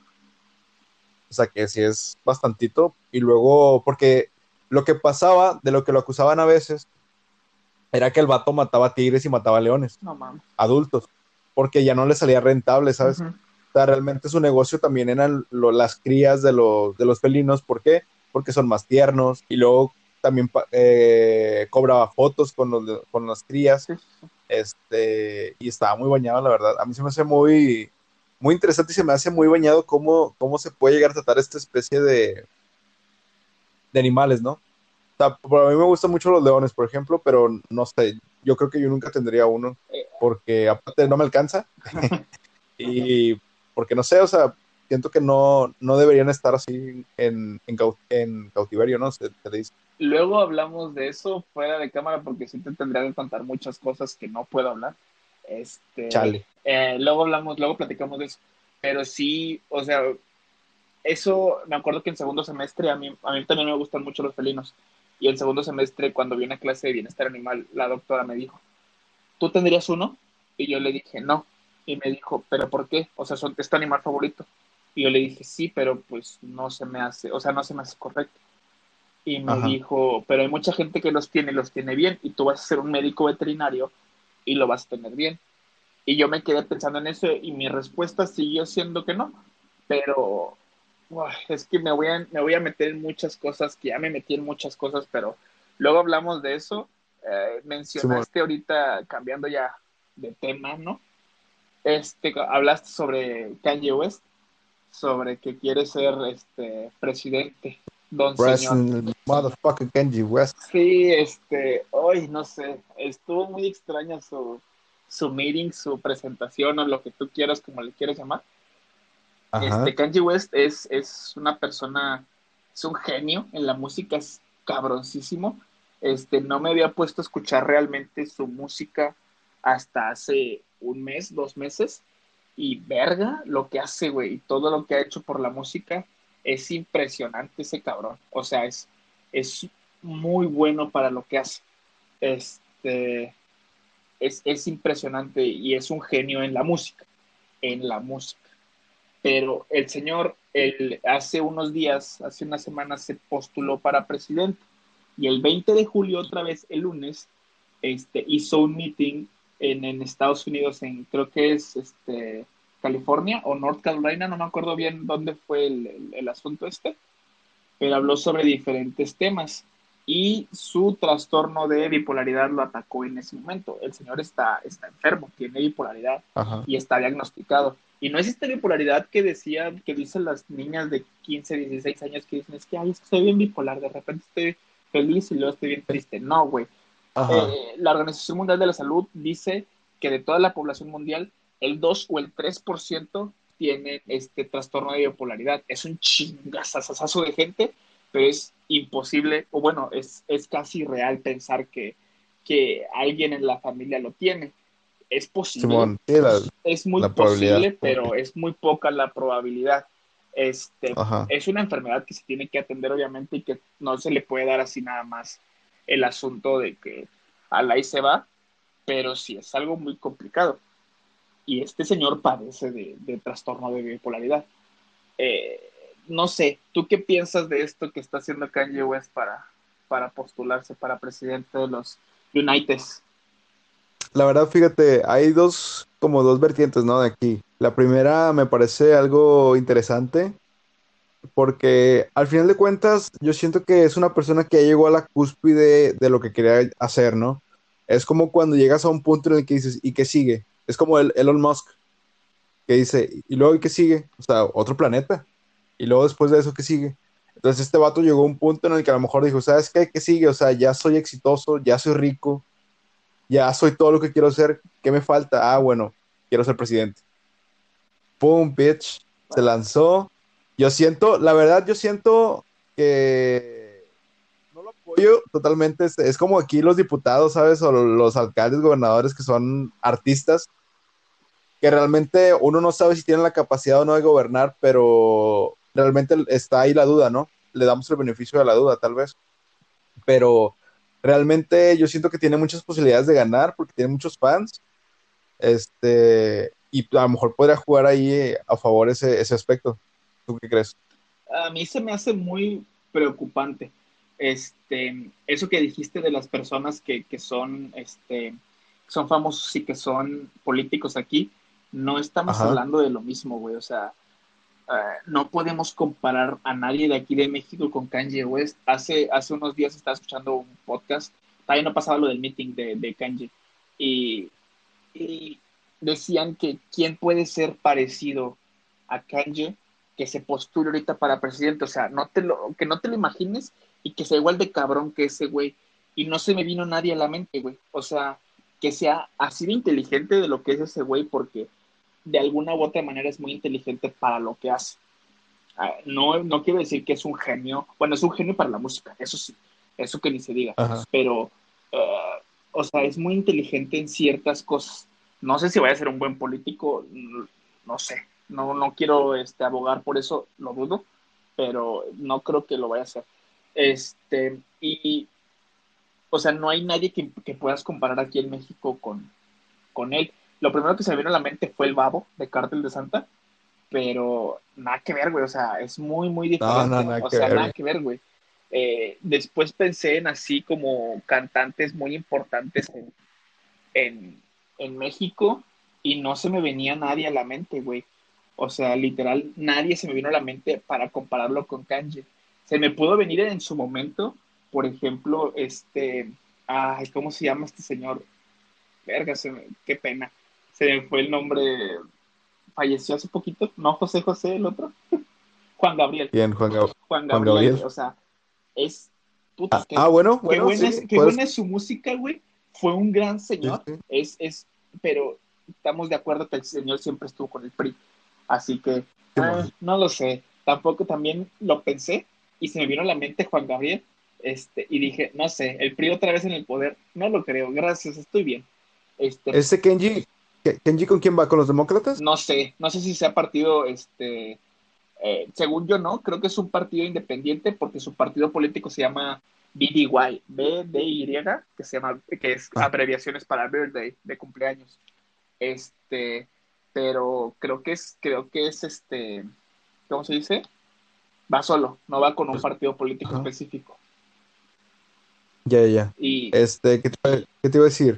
Speaker 2: O sea que sí es bastantito. Y luego, porque lo que pasaba, de lo que lo acusaban a veces, era que el vato mataba tigres y mataba leones
Speaker 1: No mames.
Speaker 2: adultos, porque ya no le salía rentable, ¿sabes?
Speaker 1: Ujú.
Speaker 2: O sea, realmente su negocio también eran las crías de los felinos. ¿Por qué? Porque son más tiernos. Y luego también cobraba fotos con las crías.
Speaker 1: Sí, sí, sí.
Speaker 2: Y estaba muy bañado, la verdad. A mí se me hace muy, muy interesante y se me hace muy bañado cómo se puede llegar a tratar esta especie de animales, ¿no? O sea, por a mí me gustan mucho los leones, por ejemplo, pero no sé, yo creo que yo nunca tendría uno,
Speaker 1: Eh,
Speaker 2: porque aparte no me alcanza y porque no sé, o sea, siento que no deberían estar así en cautiverio, ¿no? Se le dice.
Speaker 1: Luego hablamos de eso fuera de cámara porque sí te tendría que contar muchas cosas que no puedo hablar.
Speaker 2: Chale.
Speaker 1: Luego hablamos, luego platicamos de eso. Pero sí, o sea, eso me acuerdo que en segundo semestre a mí también me gustan mucho los felinos. Y en segundo semestre, cuando vi una clase de bienestar animal, la doctora me dijo, ¿tú tendrías uno? Y yo le dije, no. Y me dijo, ¿pero por qué? O sea, ¿es tu animal favorito? Y yo le dije, sí, pero pues no se me hace, o sea, no se me hace correcto. Y me
Speaker 2: Ajá,
Speaker 1: dijo, pero hay mucha gente que los tiene bien, y tú vas a ser un médico veterinario y lo vas a tener bien. Y yo me quedé pensando en eso y mi respuesta siguió siendo que no, pero es que me voy a meter en muchas cosas, que ya me metí en muchas cosas, pero luego hablamos de eso.
Speaker 2: Simón.
Speaker 1: Mencionaste ahorita, cambiando ya de tema, ¿no? Hablaste sobre Kanye West, sobre que quiere ser presidente, don señor.
Speaker 2: President motherfucking Kenji West.
Speaker 1: Sí, hoy no sé, estuvo muy extraña su meeting, su presentación o lo que tú quieras, como le quieras llamar.
Speaker 2: Ajá.
Speaker 1: Kanye West es una persona, es un genio en la música, es cabroncísimo. No me había puesto a escuchar realmente su música hasta hace un mes, 2 meses. Y verga, lo que hace, güey, y todo lo que ha hecho por la música es impresionante ese cabrón. O sea, es muy bueno para lo que hace. Este, es impresionante y es un genio en la música. Pero el señor, hace unos días, hace unas semanas, se postuló para presidente. Y el 20 de julio, otra vez, el lunes, hizo un meeting en Estados Unidos, creo que es California o North Carolina, no me acuerdo bien dónde fue el asunto pero habló sobre diferentes temas y su trastorno de bipolaridad lo atacó en ese momento. El señor está enfermo, tiene bipolaridad
Speaker 2: Ajá.
Speaker 1: y está diagnosticado. Y no es esta bipolaridad que dicen las niñas de 15, 16 años que dicen, es que, ay, es que soy bien bipolar, de repente estoy feliz y luego estoy bien triste. No, güey.
Speaker 2: Ajá.
Speaker 1: La Organización Mundial de la Salud dice que de toda la población mundial, el 2 o el 3% tiene este trastorno de bipolaridad. Es un chingazazazo de gente, pero es imposible, o bueno, es casi real pensar que alguien en la familia lo tiene. Es posible,
Speaker 2: Simón, sí,
Speaker 1: es muy
Speaker 2: la probabilidad.
Speaker 1: posible, pero es muy poca la probabilidad.
Speaker 2: Ajá.
Speaker 1: Es una enfermedad que se tiene que atender, obviamente, y que no se le puede dar así nada más el asunto de que al ahí se va, pero sí es algo muy complicado. Y este señor padece de trastorno de bipolaridad. Eh, no sé, ¿tú qué piensas de esto que está haciendo Kanye West para postularse para presidente de los Uniteds?
Speaker 2: La verdad, fíjate, hay como dos vertientes, ¿no? De aquí. La primera me parece algo interesante porque al final de cuentas yo siento que es una persona que ya llegó a la cúspide de lo que quería hacer, ¿no? Es como cuando llegas a un punto en el que dices, ¿y qué sigue? Es como el Elon Musk que dice, ¿y luego y qué sigue? O sea, otro planeta. Y luego después de eso, ¿qué sigue? Entonces este vato llegó a un punto en el que a lo mejor dijo, ¿sabes qué? ¿Qué sigue? O sea, ya soy exitoso, ya soy rico, ya soy todo lo que quiero ser. ¿Qué me falta? Ah, bueno, quiero ser presidente. Pum, bitch, se lanzó. Yo siento, la verdad, yo siento que no lo apoyo totalmente. Es como aquí los diputados, ¿sabes? O los alcaldes, gobernadores que son artistas, que realmente uno no sabe si tienen la capacidad o no de gobernar, pero realmente está ahí la duda, ¿no? Le damos el beneficio de la duda, tal vez. Pero realmente yo siento que tiene muchas posibilidades de ganar porque tiene muchos fans. Y a lo mejor podría jugar ahí a favor ese aspecto. ¿Tú qué crees?
Speaker 1: A mí se me hace muy preocupante. Eso que dijiste de las personas que son, son famosos y que son políticos aquí, no estamos
Speaker 2: Ajá,
Speaker 1: hablando de lo mismo, güey. O sea, no podemos comparar a nadie de aquí de México con Kanye West. Hace unos días estaba escuchando un podcast, todavía no pasaba lo del meeting de Kanye, y, y decían que quién puede ser parecido a Kanye que se postule ahorita para presidente, o sea, que no te lo imagines y que sea igual de cabrón que ese güey. Y no se me vino nadie a la mente, güey. O sea, que sea así de inteligente de lo que es ese güey, porque de alguna u otra manera es muy inteligente para lo que hace. No, no quiero decir que es un genio, bueno, es un genio para la música, eso sí, eso que ni se diga,
Speaker 2: ajá.
Speaker 1: pero, o sea, es muy inteligente en ciertas cosas. No sé si vaya a ser un buen político, no sé, no quiero abogar por eso, lo dudo, pero no creo que lo vaya a hacer. Y, o sea, no hay nadie que puedas comparar aquí en México con él. Lo primero que se me vino a la mente fue el Babo de Cártel de Santa, pero nada que ver, güey, o sea, es muy, muy
Speaker 2: No, no,
Speaker 1: diferente,
Speaker 2: nada
Speaker 1: o
Speaker 2: que
Speaker 1: sea,
Speaker 2: ver,
Speaker 1: nada
Speaker 2: güey.
Speaker 1: que ver, güey. Después pensé en así como cantantes muy importantes en, en México y no se me venía nadie a la mente, güey. O sea, literal, nadie se me vino a la mente para compararlo con Kanye. Se me pudo venir en su momento, por ejemplo, ay, ¿cómo se llama este señor? Verga, qué pena. Se me fue el nombre, falleció hace poquito, no José José, el otro. Juan Gabriel.
Speaker 2: Bien,
Speaker 1: Juan
Speaker 2: Juan
Speaker 1: Gabriel, güey.
Speaker 2: Gabriel.
Speaker 1: O sea, es. Puta,
Speaker 2: Bueno, bueno, sí,
Speaker 1: qué
Speaker 2: pues
Speaker 1: buena es su música, güey. Fue un gran
Speaker 2: sí,
Speaker 1: señor.
Speaker 2: sí.
Speaker 1: Pero estamos de acuerdo que el señor siempre estuvo con el PRI. Así que,
Speaker 2: Simón.
Speaker 1: no lo sé. Tampoco también lo pensé y se me vino a la mente Juan Gabriel. Y dije, no sé, el PRI otra vez en el poder. No lo creo, gracias, estoy bien. Este,
Speaker 2: ¿Ese Kenji, Kenji con quién va? ¿Con los demócratas?
Speaker 1: no sé si sea partido, según yo no, creo que es un partido independiente porque su partido político se llama BDY, BDY, que es
Speaker 2: Ah,
Speaker 1: abreviaciones para birthday, de cumpleaños. Este, pero creo que es ¿cómo se dice? Va solo, no va con un
Speaker 2: pues,
Speaker 1: partido político
Speaker 2: ajá.
Speaker 1: específico.
Speaker 2: Ya, ya, ya.
Speaker 1: Y
Speaker 2: ¿Qué te iba a decir?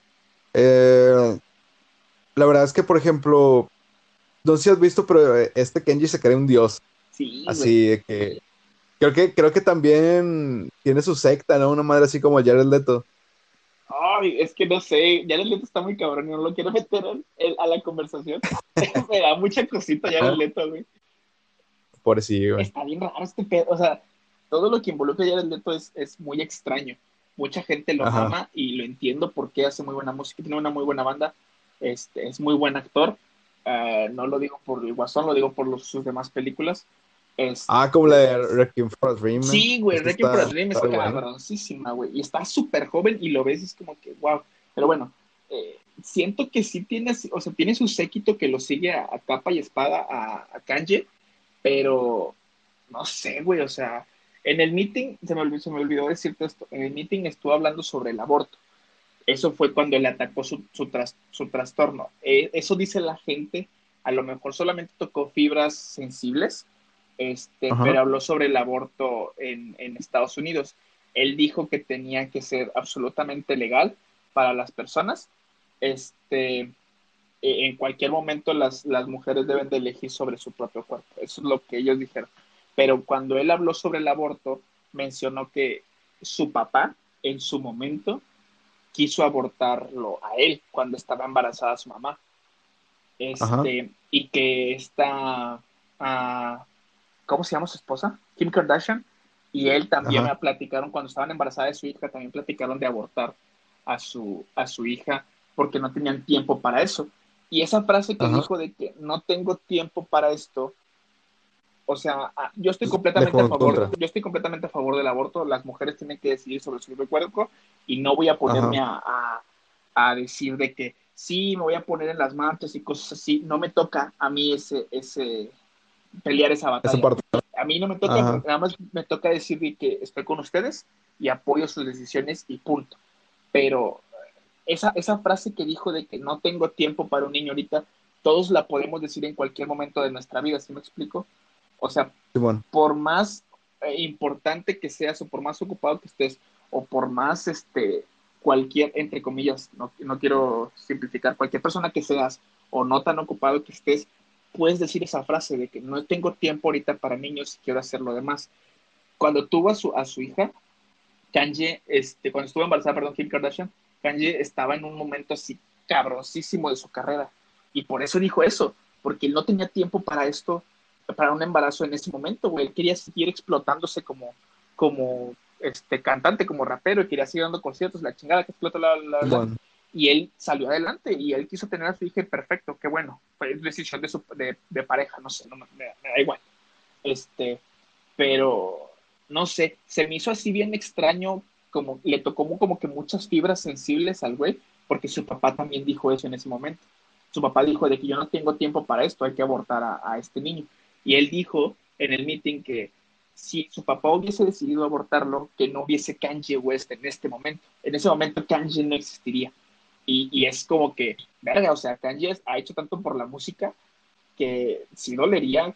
Speaker 2: Eh, la verdad es que, por ejemplo, no sé si has visto, pero este Kenji se cree un dios.
Speaker 1: sí, güey.
Speaker 2: Así de que creo que también tiene su secta, ¿no? Una madre así como Jared Leto.
Speaker 1: Ay, es que no sé, ya el Leto está muy cabrón, y no lo quiero meter a la conversación. Me da mucha cosita ya el
Speaker 2: Ajá.
Speaker 1: Leto, güey.
Speaker 2: Por sí, güey.
Speaker 1: Está bien raro este pedo. O sea, todo lo que involucra a Jared Leto es muy extraño. Mucha gente lo
Speaker 2: Ajá.
Speaker 1: ama y lo entiendo porque hace muy buena música, tiene una muy buena banda, es muy buen actor. No lo digo por el Guasón, lo digo por sus demás películas.
Speaker 2: Como la
Speaker 1: Este,
Speaker 2: de Requiem for a Dream, man.
Speaker 1: sí, güey,
Speaker 2: Esta
Speaker 1: Requiem for a
Speaker 2: está,
Speaker 1: Dream es
Speaker 2: está muy buena.
Speaker 1: cabroncísima, güey, y está súper joven y lo ves y es como que, wow, pero bueno, siento que sí tiene, o sea, tiene su séquito que lo sigue a capa y espada a Kanye, pero no sé, güey, o sea, en el meeting, se me olvidó decirte esto, en el meeting estuvo hablando sobre el aborto. Eso fue cuando le atacó su trastorno. Eso dice la gente, a lo mejor solamente tocó fibras sensibles, pero
Speaker 2: Ajá,
Speaker 1: habló sobre el aborto en Estados Unidos. Él dijo que tenía que ser absolutamente legal para las personas. En cualquier momento las mujeres deben de elegir sobre su propio cuerpo. Eso es lo que ellos dijeron. Pero cuando él habló sobre el aborto, mencionó que su papá, en su momento, quiso abortarlo a él cuando estaba embarazada su mamá.
Speaker 2: ajá,
Speaker 1: Y que esta, uh, ¿cómo se llama su esposa? Kim Kardashian. Y él también me
Speaker 2: ajá,
Speaker 1: platicaron, cuando estaban embarazadas de su hija, también platicaron de abortar a su hija porque no tenían tiempo para eso. Y esa frase que
Speaker 2: ajá.
Speaker 1: dijo de que no tengo tiempo para esto, o sea,
Speaker 2: Le jugó en contra.
Speaker 1: yo estoy completamente a favor del aborto. Las mujeres tienen que decidir sobre su propio cuerpo y no voy a
Speaker 2: Ajá.
Speaker 1: ponerme a decir de que sí, me voy a poner en las marchas y cosas así. No me toca a mí pelear esa
Speaker 2: Esa
Speaker 1: batalla.
Speaker 2: parte.
Speaker 1: A mí no me toca,
Speaker 2: Ajá.
Speaker 1: nada más me toca decir de que estoy con ustedes y apoyo sus decisiones y punto. Pero esa frase que dijo de que no tengo tiempo para un niño ahorita, todos la podemos decir en cualquier momento de nuestra vida, ¿sí me explico? O sea,
Speaker 2: Simón.
Speaker 1: por más importante que seas o por más ocupado que estés o por más cualquier, entre comillas, no quiero simplificar, cualquier persona que seas o no tan ocupado que estés, puedes decir esa frase de que no tengo tiempo ahorita para niños y quiero hacer lo demás. Cuando tuvo a su hija, Kanye, cuando estuvo embarazada, perdón, Kim Kardashian, Kanye estaba en un momento así cabrosísimo de su carrera. Y por eso dijo eso, porque él no tenía tiempo para esto, para un embarazo en ese momento, güey. Él quería seguir explotándose como cantante, como rapero, y quería seguir dando conciertos, la chingada que explota la.
Speaker 2: Simón.
Speaker 1: Y él salió adelante y él quiso tener a su hija perfecto, qué bueno, fue decisión de pareja, no sé, no, me da igual. Este, pero no sé, se me hizo así bien extraño, como le tocó como que muchas fibras sensibles al güey, porque su papá también dijo eso en ese momento. Su papá dijo de que yo no tengo tiempo para esto, hay que abortar a este niño. Y él dijo en el meeting que si su papá hubiese decidido abortarlo, que no hubiese Kanye West en este momento. En ese momento Kanye no existiría. Y es como que, verga, o sea, Kanye ha hecho tanto por la música que sí dolería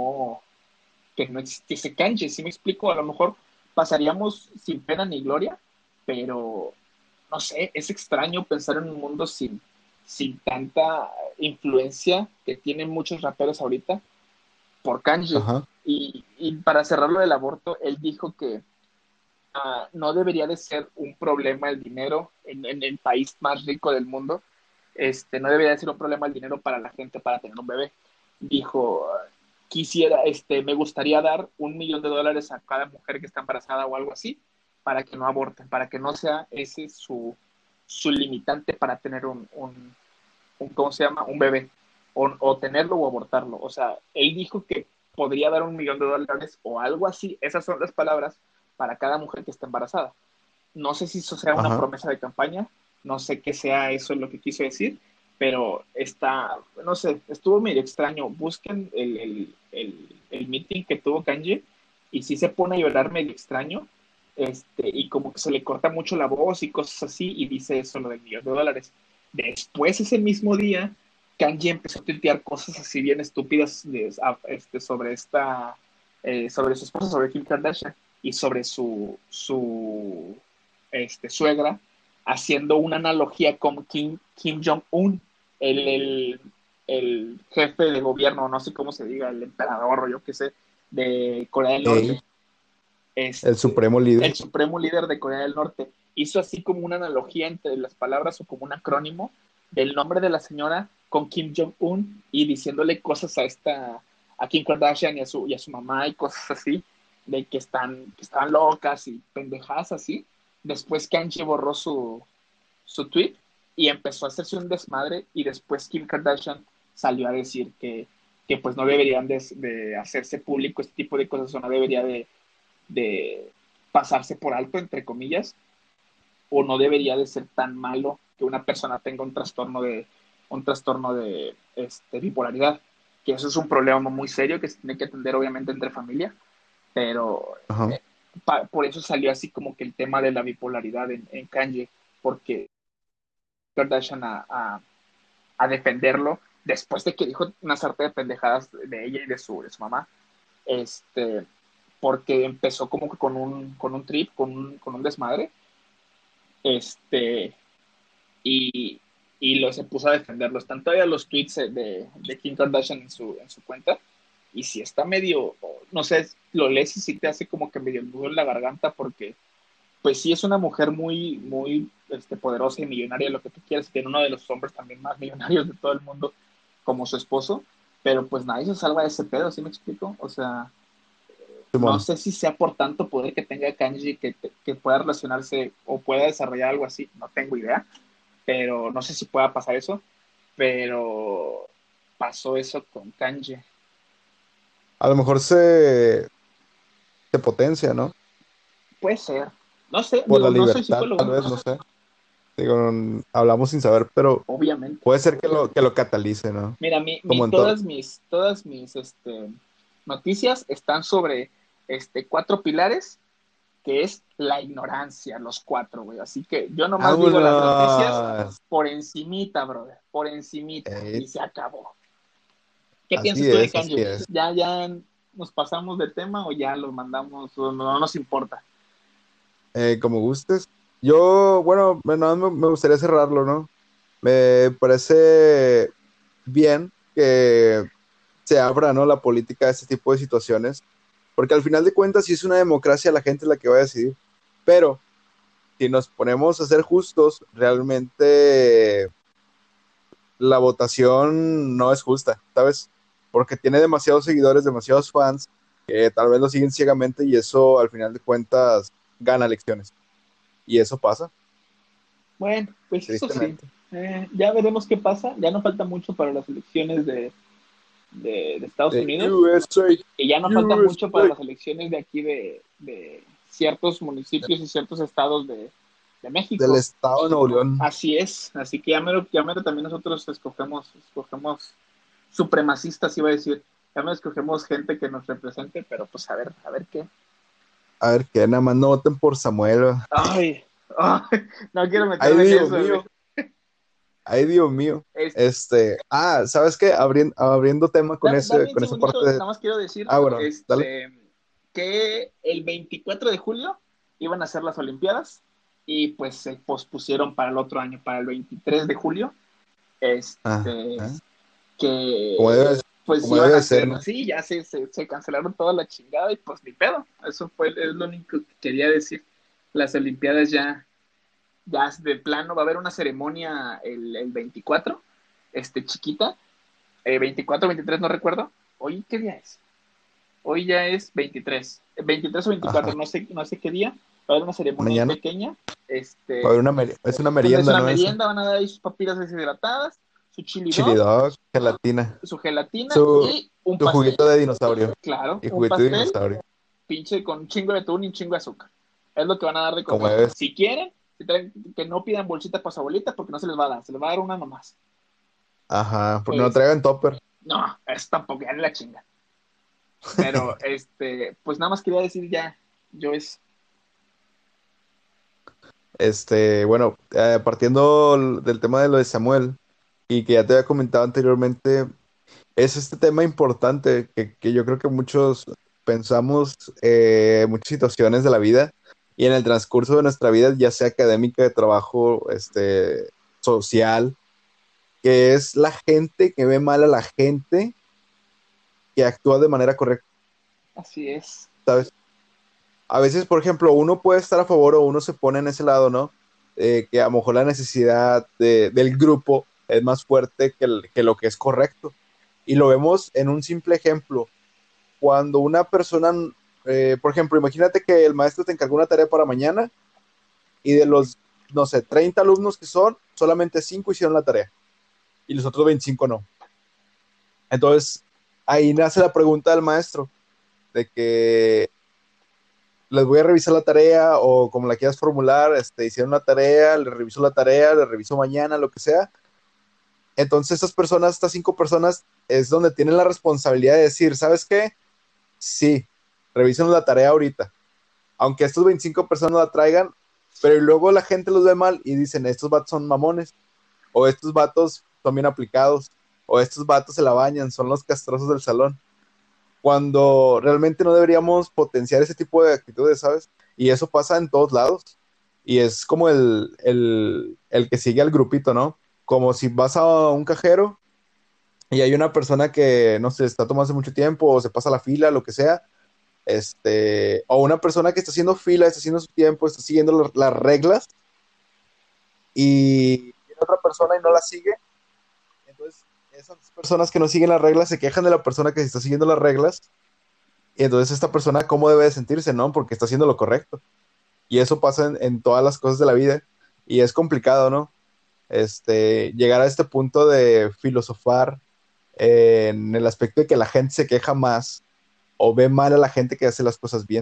Speaker 1: que no existiese Kanji, ¿sí me explico? A lo mejor pasaríamos sin pena ni gloria, pero no sé, es extraño pensar en un mundo sin tanta influencia que tienen muchos raperos ahorita por Kanji.
Speaker 2: Ajá.
Speaker 1: Y para cerrar lo del aborto, él dijo que no debería de ser un problema el dinero en el país más rico del mundo. No debería de ser un problema el dinero para la gente para tener un bebé. Dijo, me gustaría dar $1 millón a cada mujer que está embarazada o algo así para que no aborten, para que no sea ese su limitante para tener ¿cómo se llama? Un bebé, o tenerlo o abortarlo. O sea, él dijo que podría dar $1 millón o algo así, esas son las palabras, para cada mujer que está embarazada. No sé si eso sea una
Speaker 2: Ajá.
Speaker 1: promesa de campaña, no sé qué sea eso lo que quiso decir, pero no sé, estuvo medio extraño. Busquen el meeting que tuvo Kanye y sí se pone a llorar medio extraño, y como que se le corta mucho la voz y cosas así, y dice eso, lo del $1 millón. Después, ese mismo día, Kanye empezó a tuitear cosas así bien estúpidas sobre su esposa, sobre Kim Kardashian y sobre su suegra, haciendo una analogía con Kim Jong-un, el, el, el jefe de gobierno, no sé cómo se diga, el emperador o yo qué sé, de Corea del
Speaker 2: Ey,
Speaker 1: Norte,
Speaker 2: el supremo
Speaker 1: el
Speaker 2: líder.
Speaker 1: supremo líder de Corea del Norte. Hizo así como una analogía entre las palabras o como un acrónimo del nombre de la señora con Kim Jong-un y diciéndole cosas a Kim Kardashian y a su mamá y cosas así, de que estaban locas y pendejadas así. Después Kanye borró su tweet y empezó a hacerse un desmadre y después Kim Kardashian salió a decir que pues no deberían de hacerse público este tipo de cosas, o no debería de pasarse por alto, entre comillas, o no debería de ser tan malo que una persona tenga un trastorno de bipolaridad, que eso es un problema muy serio que se tiene que atender obviamente entre familia, pero
Speaker 2: Ajá.
Speaker 1: por eso salió así como que el tema de la bipolaridad en Kanye, porque Kardashian a defenderlo después de que dijo una sarta de pendejadas de ella y de su mamá, este, porque empezó como que con un trip, con un desmadre, este, y, se puso a defenderlo. Están todavía los tweets de Kim Kardashian en su cuenta, y si está medio, no sé, lo lees y sí te hace como que medio nudo en la garganta, porque pues sí es una mujer muy, muy poderosa y millonaria, lo que tú quieras, tiene uno de los hombres también más millonarios de todo el mundo como su esposo, pero pues nadie se salva de ese pedo, ¿sí me explico? O sea, no
Speaker 2: Simón.
Speaker 1: sé si sea por tanto poder que tenga Kanji que pueda relacionarse o pueda desarrollar algo así, no tengo idea, pero no sé si pueda pasar eso, pero pasó eso con Kanji.
Speaker 2: A lo mejor se potencia, ¿no?
Speaker 1: Puede ser, no sé,
Speaker 2: Por la
Speaker 1: digo, no soy
Speaker 2: libertad, tal
Speaker 1: psicólogo,
Speaker 2: vez, no sé. Digo, hablamos sin saber, pero
Speaker 1: obviamente.
Speaker 2: puede ser que lo catalice, ¿no?
Speaker 1: Mira,
Speaker 2: Como en todo.
Speaker 1: todas mis noticias están sobre cuatro pilares, que es la ignorancia, los cuatro, güey. Así que yo nomás digo las noticias
Speaker 2: ¡Vámonos!
Speaker 1: por encimita, brother, por encimita,
Speaker 2: Eh,
Speaker 1: y se acabó. ¿Qué piensas
Speaker 2: así
Speaker 1: tú de
Speaker 2: es, así
Speaker 1: Kanye?
Speaker 2: es.
Speaker 1: ¿Ya nos pasamos de tema o ya lo mandamos o no nos importa?
Speaker 2: Como gustes. Yo, bueno, me gustaría cerrarlo, ¿no? Me parece bien que se abra, ¿no? La política a este tipo de situaciones, porque al final de cuentas, si es una democracia, la gente es la que va a decidir. Pero si nos ponemos a ser justos, realmente la votación no es justa, ¿sabes? Porque tiene demasiados seguidores, demasiados fans, que tal vez lo siguen ciegamente y eso al final de cuentas gana elecciones. Y eso pasa,
Speaker 1: Bueno, pues eso sí.
Speaker 2: tristemente.
Speaker 1: Ya veremos qué pasa. Ya no falta mucho para las elecciones de Estados
Speaker 2: De
Speaker 1: Unidos.
Speaker 2: USA,
Speaker 1: Y ya no falta mucho para
Speaker 2: USA,
Speaker 1: las elecciones de aquí de ciertos municipios y ciertos estados de
Speaker 2: del
Speaker 1: México.
Speaker 2: estado de Nuevo León.
Speaker 1: Así es, así que ya mero también nosotros escogemos supremacistas, iba a decir, ya mero escogemos gente que nos represente, pero pues a ver qué.
Speaker 2: A ver, que nada más no voten por Samuel.
Speaker 1: Ay, ay, no quiero
Speaker 2: Ay,
Speaker 1: meterme en
Speaker 2: Dios
Speaker 1: eso, güey.
Speaker 2: mío, ay, Dios mío.
Speaker 1: Es,
Speaker 2: ¿Sabes qué? Abriendo tema con
Speaker 1: dame un
Speaker 2: con esa
Speaker 1: segundito,
Speaker 2: parte de...
Speaker 1: nada más quiero decir
Speaker 2: Ah, bueno, dale.
Speaker 1: que el 24 de julio iban a ser las Olimpiadas y pues se pospusieron para el otro año, para el 23 de julio.
Speaker 2: Ah,
Speaker 1: Este,
Speaker 2: ah, como
Speaker 1: que
Speaker 2: debe,
Speaker 1: pues
Speaker 2: como
Speaker 1: iban
Speaker 2: debe
Speaker 1: a
Speaker 2: de ser,
Speaker 1: ser
Speaker 2: ¿no?
Speaker 1: así, ya se cancelaron toda la chingada y pues ni pedo. Eso es lo único que quería decir. Las Olimpiadas ya de plano, va a haber una ceremonia el 24, chiquita, 24, 23, no recuerdo. ¿Hoy qué día es? Hoy ya es 23, 23 o 24,
Speaker 2: Ajá.
Speaker 1: no sé qué día. Va a haber una ceremonia ahí
Speaker 2: Mañana
Speaker 1: pequeña,
Speaker 2: va a haber es una
Speaker 1: donde es
Speaker 2: merienda,
Speaker 1: una
Speaker 2: ¿no? Eso.
Speaker 1: merienda, van a dar ahí sus papitas deshidratadas, su chili
Speaker 2: Chili
Speaker 1: dog,
Speaker 2: dog, gelatina.
Speaker 1: su gelatina
Speaker 2: Su,
Speaker 1: y un
Speaker 2: su
Speaker 1: pastel.
Speaker 2: juguito de dinosaurio.
Speaker 1: Claro,
Speaker 2: Y
Speaker 1: un
Speaker 2: juguito de
Speaker 1: pastel
Speaker 2: dinosaurio.
Speaker 1: pinche con un chingo de atún y un chingo de azúcar. Es lo que van a dar de
Speaker 2: Como
Speaker 1: comer.
Speaker 2: debes.
Speaker 1: Si quieren, que no pidan bolsita para su abuelita porque no se les va a dar, se les va a dar una nomás.
Speaker 2: Ajá. No
Speaker 1: Es,
Speaker 2: traigan topper.
Speaker 1: no, eso tampoco, ya ni la chinga. Pero, pues nada más quería decir ya, yo
Speaker 2: Bueno, partiendo del tema de lo de Samuel, y que ya te había comentado anteriormente, es este tema importante que yo creo que muchos pensamos en muchas situaciones de la vida y en el transcurso de nuestra vida, ya sea académica, de trabajo, social, que es la gente que ve mal a la gente que actúa de manera correcta,
Speaker 1: así es.
Speaker 2: ¿sabes? A veces, por ejemplo, uno puede estar a favor o uno se pone en ese lado, ¿no? Que a lo mejor la necesidad del grupo es más fuerte que lo que es correcto. Y lo vemos en un simple ejemplo. Cuando una persona, por ejemplo, imagínate que el maestro te encargó una tarea para mañana y de los, no sé, 30 alumnos que son, solamente 5 hicieron la tarea y los otros 25 no. Entonces, ahí nace la pregunta del maestro, de que les voy a revisar la tarea o como la quieras formular, hicieron una tarea, les reviso mañana, lo que sea. Entonces estas personas, estas 5 personas, es donde tienen la responsabilidad de decir, ¿sabes qué? Sí, revisen la tarea ahorita. Aunque estos 25 personas la traigan, pero luego la gente los ve mal y dicen, estos vatos son mamones, o estos vatos son bien aplicados, o estos vatos se la bañan, son los castrosos del salón. Cuando realmente no deberíamos potenciar ese tipo de actitudes, ¿sabes? Y eso pasa en todos lados. Y es como el que sigue al grupito, ¿no? Como si vas a un cajero y hay una persona que, no sé, está tomando mucho tiempo o se pasa la fila, lo que sea, o una persona que está haciendo fila, está haciendo su tiempo, está siguiendo las reglas y viene otra persona y no la sigue. Entonces, esas personas que no siguen las reglas se quejan de la persona que sí está siguiendo las reglas. Y entonces esta persona, ¿cómo debe de sentirse, no? Porque está haciendo lo correcto. Y eso pasa en todas las cosas de la vida. Y es complicado, ¿no? Llegar a este punto de filosofar en el aspecto de que la gente se queja más o ve mal a la gente que hace las cosas bien.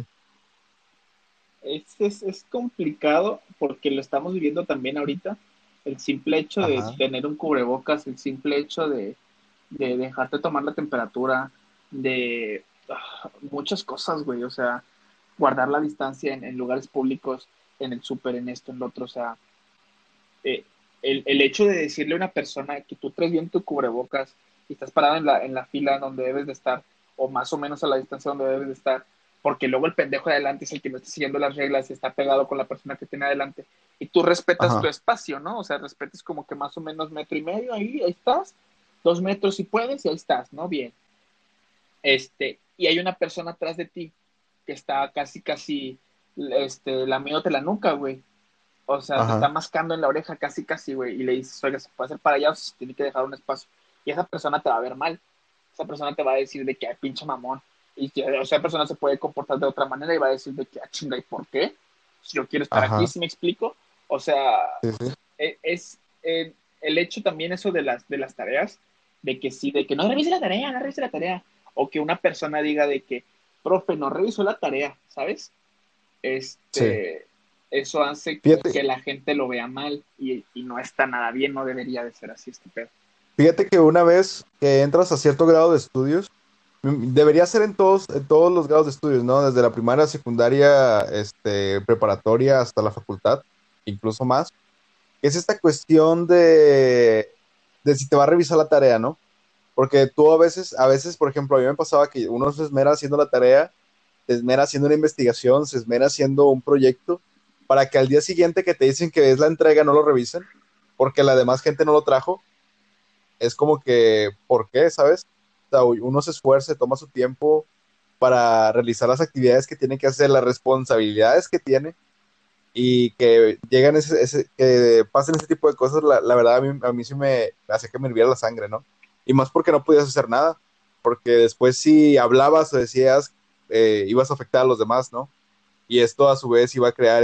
Speaker 1: Es complicado porque lo estamos viviendo también ahorita. El simple hecho de
Speaker 2: Ajá,
Speaker 1: tener un cubrebocas, el simple hecho de dejarte tomar la temperatura, de muchas cosas, güey. O sea, guardar la distancia en lugares públicos, en el súper, en esto, en lo otro. O sea, eh, el hecho de decirle a una persona que tú traes bien tu cubrebocas y estás parado en la fila donde debes de estar, o más o menos a la distancia donde debes de estar, porque luego el pendejo de adelante es el que no está siguiendo las reglas y está pegado con la persona que tiene adelante, y tú respetas tu
Speaker 2: ajá,
Speaker 1: espacio, ¿no? O sea, respetas como que más o menos 1.5 metros, ahí estás, 2 metros si puedes, y ahí estás, ¿no? Bien. Y hay una persona atrás de ti que está casi, lamiéndote la nuca, güey. O sea, te está
Speaker 2: ajá,
Speaker 1: mascando en la oreja casi, güey, y le dices, oiga, ¿se puede hacer para allá o se tiene que dejar un espacio? Y esa persona te va a ver mal. Esa persona te va a decir de que, ay, pinche mamón. Y esa persona se puede comportar de otra manera y va a decir de que, ah, chinga, ¿y por qué? Si yo quiero estar aquí,
Speaker 2: ajá,
Speaker 1: ¿sí me explico? O sea,
Speaker 2: sí, sí.
Speaker 1: es el hecho también eso de las tareas, de que sí, de que no revise la tarea, no revise la tarea. O que una persona diga de que, profe, no revisó la tarea, ¿sabes?
Speaker 2: Sí.
Speaker 1: este, Eso hace
Speaker 2: Fíjate,
Speaker 1: que la gente lo vea mal y no está nada bien, no debería de ser así este pedo.
Speaker 2: fíjate que una vez que entras a cierto grado de estudios, debería ser en todos los grados de estudios, ¿no? Desde la primaria, secundaria, preparatoria hasta la facultad, incluso más. Es esta cuestión de si te va a revisar la tarea, ¿no? Porque tú a veces, por ejemplo, a mí me pasaba que uno se esmera haciendo la tarea, se esmera haciendo una investigación, se esmera haciendo un proyecto, para que al día siguiente que te dicen que es la entrega no lo revisen, porque la demás gente no lo trajo. Es como que, ¿por qué? ¿Sabes? O sea, uno se esfuerza, toma su tiempo para realizar las actividades que tiene que hacer, las responsabilidades que tiene, y que llegan que pasen ese tipo de cosas, la verdad a mí sí me hace que me hirviera la sangre, ¿no? Y más porque no podías hacer nada, porque después si hablabas o decías, ibas a afectar a los demás, ¿no? Y esto a su vez iba a crear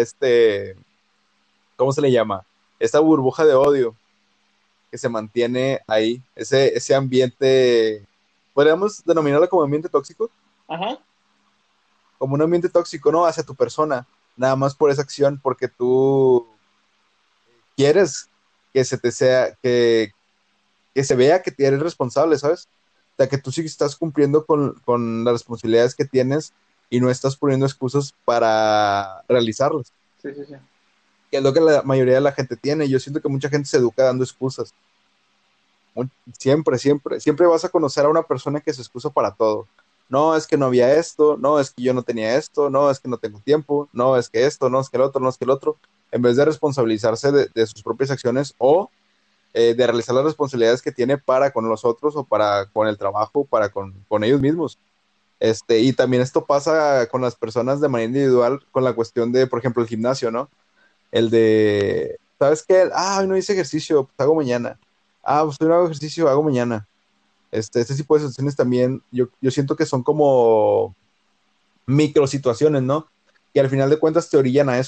Speaker 2: ¿cómo se le llama? Esta burbuja de odio que se mantiene ahí, ese ambiente, podríamos denominarlo como ambiente tóxico,
Speaker 1: Ajá.
Speaker 2: como un ambiente tóxico, ¿no? Hacia tu persona, nada más por esa acción, porque tú quieres que se te sea, que se vea que eres responsable, ¿sabes? O sea, que tú sí estás cumpliendo con las responsabilidades que tienes y no estás poniendo excusas para realizarlas,
Speaker 1: Sí, sí, sí.
Speaker 2: que es lo que la mayoría de la gente tiene. Yo siento que mucha gente se educa dando excusas. Siempre, siempre, siempre vas a conocer a una persona que se excusa para todo. No, es que no había esto, no, es que yo no tenía esto, no, es que no tengo tiempo, no, es que esto, no, es que el otro, no, es que el otro, en vez de responsabilizarse de sus propias acciones o de realizar las responsabilidades que tiene para con los otros o para con el trabajo, para con ellos mismos. Y también esto pasa con las personas de manera individual, con la cuestión de, por ejemplo, el gimnasio, ¿no? El de, ¿sabes qué? Ah, hoy no hice ejercicio, pues hago mañana. Ah, pues hoy no hago ejercicio, hago mañana. Este tipo de situaciones también, yo siento que son como micro situaciones, ¿no? Y al final de cuentas te orillan a eso.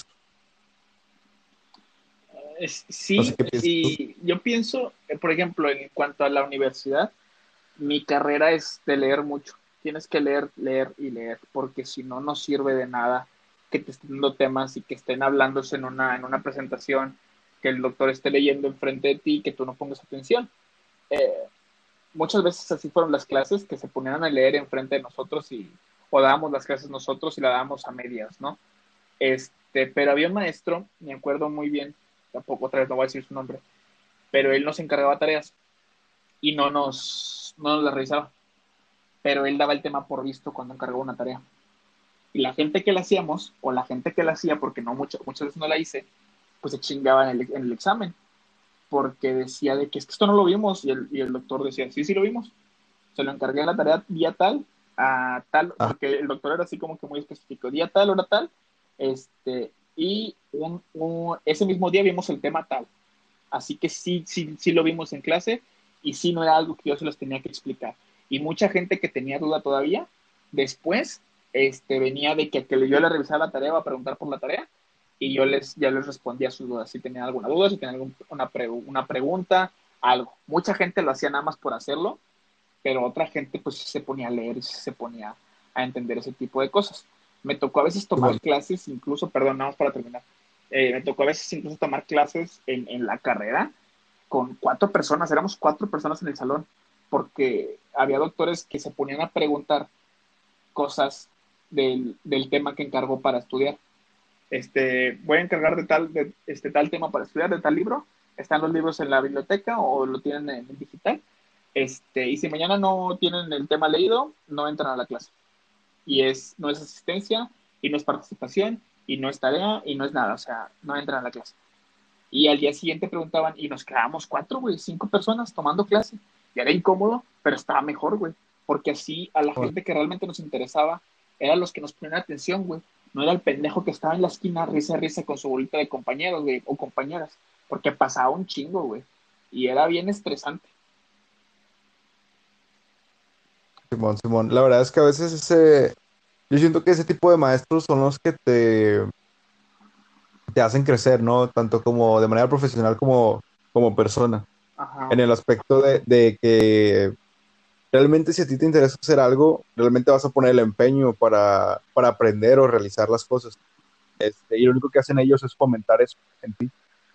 Speaker 2: No sé
Speaker 1: Sí,
Speaker 2: qué piensas tú.
Speaker 1: y yo pienso, por ejemplo, en cuanto a la universidad, mi carrera es de leer mucho. Tienes que leer, leer y leer, porque si no, no sirve de nada que te estén dando temas y que estén hablándose en una presentación, que el doctor esté leyendo enfrente de ti y que tú no pongas atención. Eh, Muchas veces así fueron las clases, que se ponían a leer enfrente de nosotros o dábamos las clases nosotros y la dábamos a medias, ¿no? Pero había un maestro, me acuerdo muy bien, tampoco otra vez no voy a decir su nombre, pero él nos encargaba tareas y no nos las revisaba, pero él daba el tema por visto cuando encargaba una tarea. Y la gente que la hacíamos, o la gente que la hacía, porque muchas veces no la hice, pues se chingaba en el examen, porque decía de que es que esto no lo vimos, y el doctor decía, sí, sí lo vimos, se lo encargué la tarea día tal, a tal,
Speaker 2: Ajá.
Speaker 1: porque el doctor era así como que muy específico, día tal, hora tal, y ese mismo día vimos el tema tal. Así que sí, sí, sí lo vimos en clase y sí no era algo que yo se los tenía que explicar. Y mucha gente que tenía duda todavía, después venía de que yo le revisaba la tarea o a preguntar por la tarea y ya les respondía sus dudas. Si tenían alguna duda, si tenían una pregunta, algo. Mucha gente lo hacía nada más por hacerlo, pero otra gente pues se ponía a leer y se ponía a entender ese tipo de cosas. Me tocó a veces tomar
Speaker 2: Simón.
Speaker 1: clases, incluso, perdón, nada más para terminar, me tocó a veces incluso tomar clases en la carrera con 4 personas, éramos 4 personas en el salón, porque había doctores que se ponían a preguntar cosas del tema que encargó para estudiar. Voy a encargar tal tema para estudiar, de tal libro, están los libros en la biblioteca o lo tienen en digital, y si mañana no tienen el tema leído, no entran a la clase. No es asistencia, y no es participación, y no es tarea, y no es nada, o sea, no entran a la clase. Y al día siguiente preguntaban, y nos quedábamos 4, güey, 5 personas tomando clase. Y era incómodo, pero estaba mejor, güey. Porque así a la
Speaker 2: Simón.
Speaker 1: gente que realmente nos interesaba, eran los que nos ponían atención, güey. No era el pendejo que estaba en la esquina, risa, risa, con su bolita de compañeros, güey, o compañeras. Porque pasaba un chingo, güey. Y era bien estresante.
Speaker 2: Simón, Simón. La verdad es que a veces yo siento que ese tipo de maestros son los que te hacen crecer, ¿no? Tanto como de manera profesional como persona.
Speaker 1: Ajá.
Speaker 2: En el aspecto de que realmente si a ti te interesa hacer algo, realmente vas a poner el empeño para aprender o realizar las cosas. Y lo único que hacen ellos es fomentar eso en ti.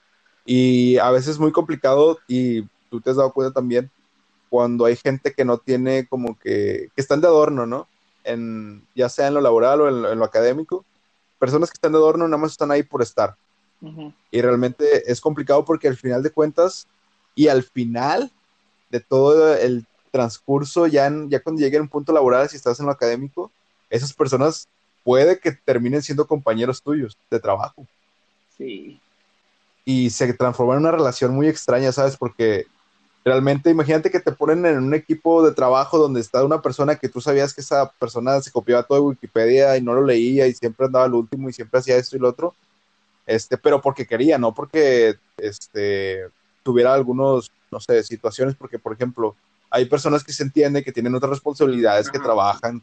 Speaker 2: Y a veces es muy complicado y tú te has dado cuenta también cuando hay gente que no tiene como que están de adorno, ¿no? Ya sea en lo laboral o en lo académico, personas que están de adorno nada más están ahí por estar.
Speaker 1: Uh-huh.
Speaker 2: Y realmente es complicado porque al final de cuentas y al final de todo el transcurso, ya cuando llegue a un punto laboral, si estás en lo académico, esas personas puede que terminen siendo compañeros tuyos de trabajo
Speaker 1: Sí.
Speaker 2: y se transforma en una relación muy extraña, ¿sabes? Porque realmente imagínate que te ponen en un equipo de trabajo donde está una persona que tú sabías que esa persona se copiaba todo de Wikipedia y no lo leía y siempre andaba al último y siempre hacía esto y lo otro, pero porque quería, no porque tuviera algunos, no sé, situaciones, porque por ejemplo, hay personas que se entienden que tienen otras responsabilidades, que
Speaker 1: Ajá.
Speaker 2: trabajan,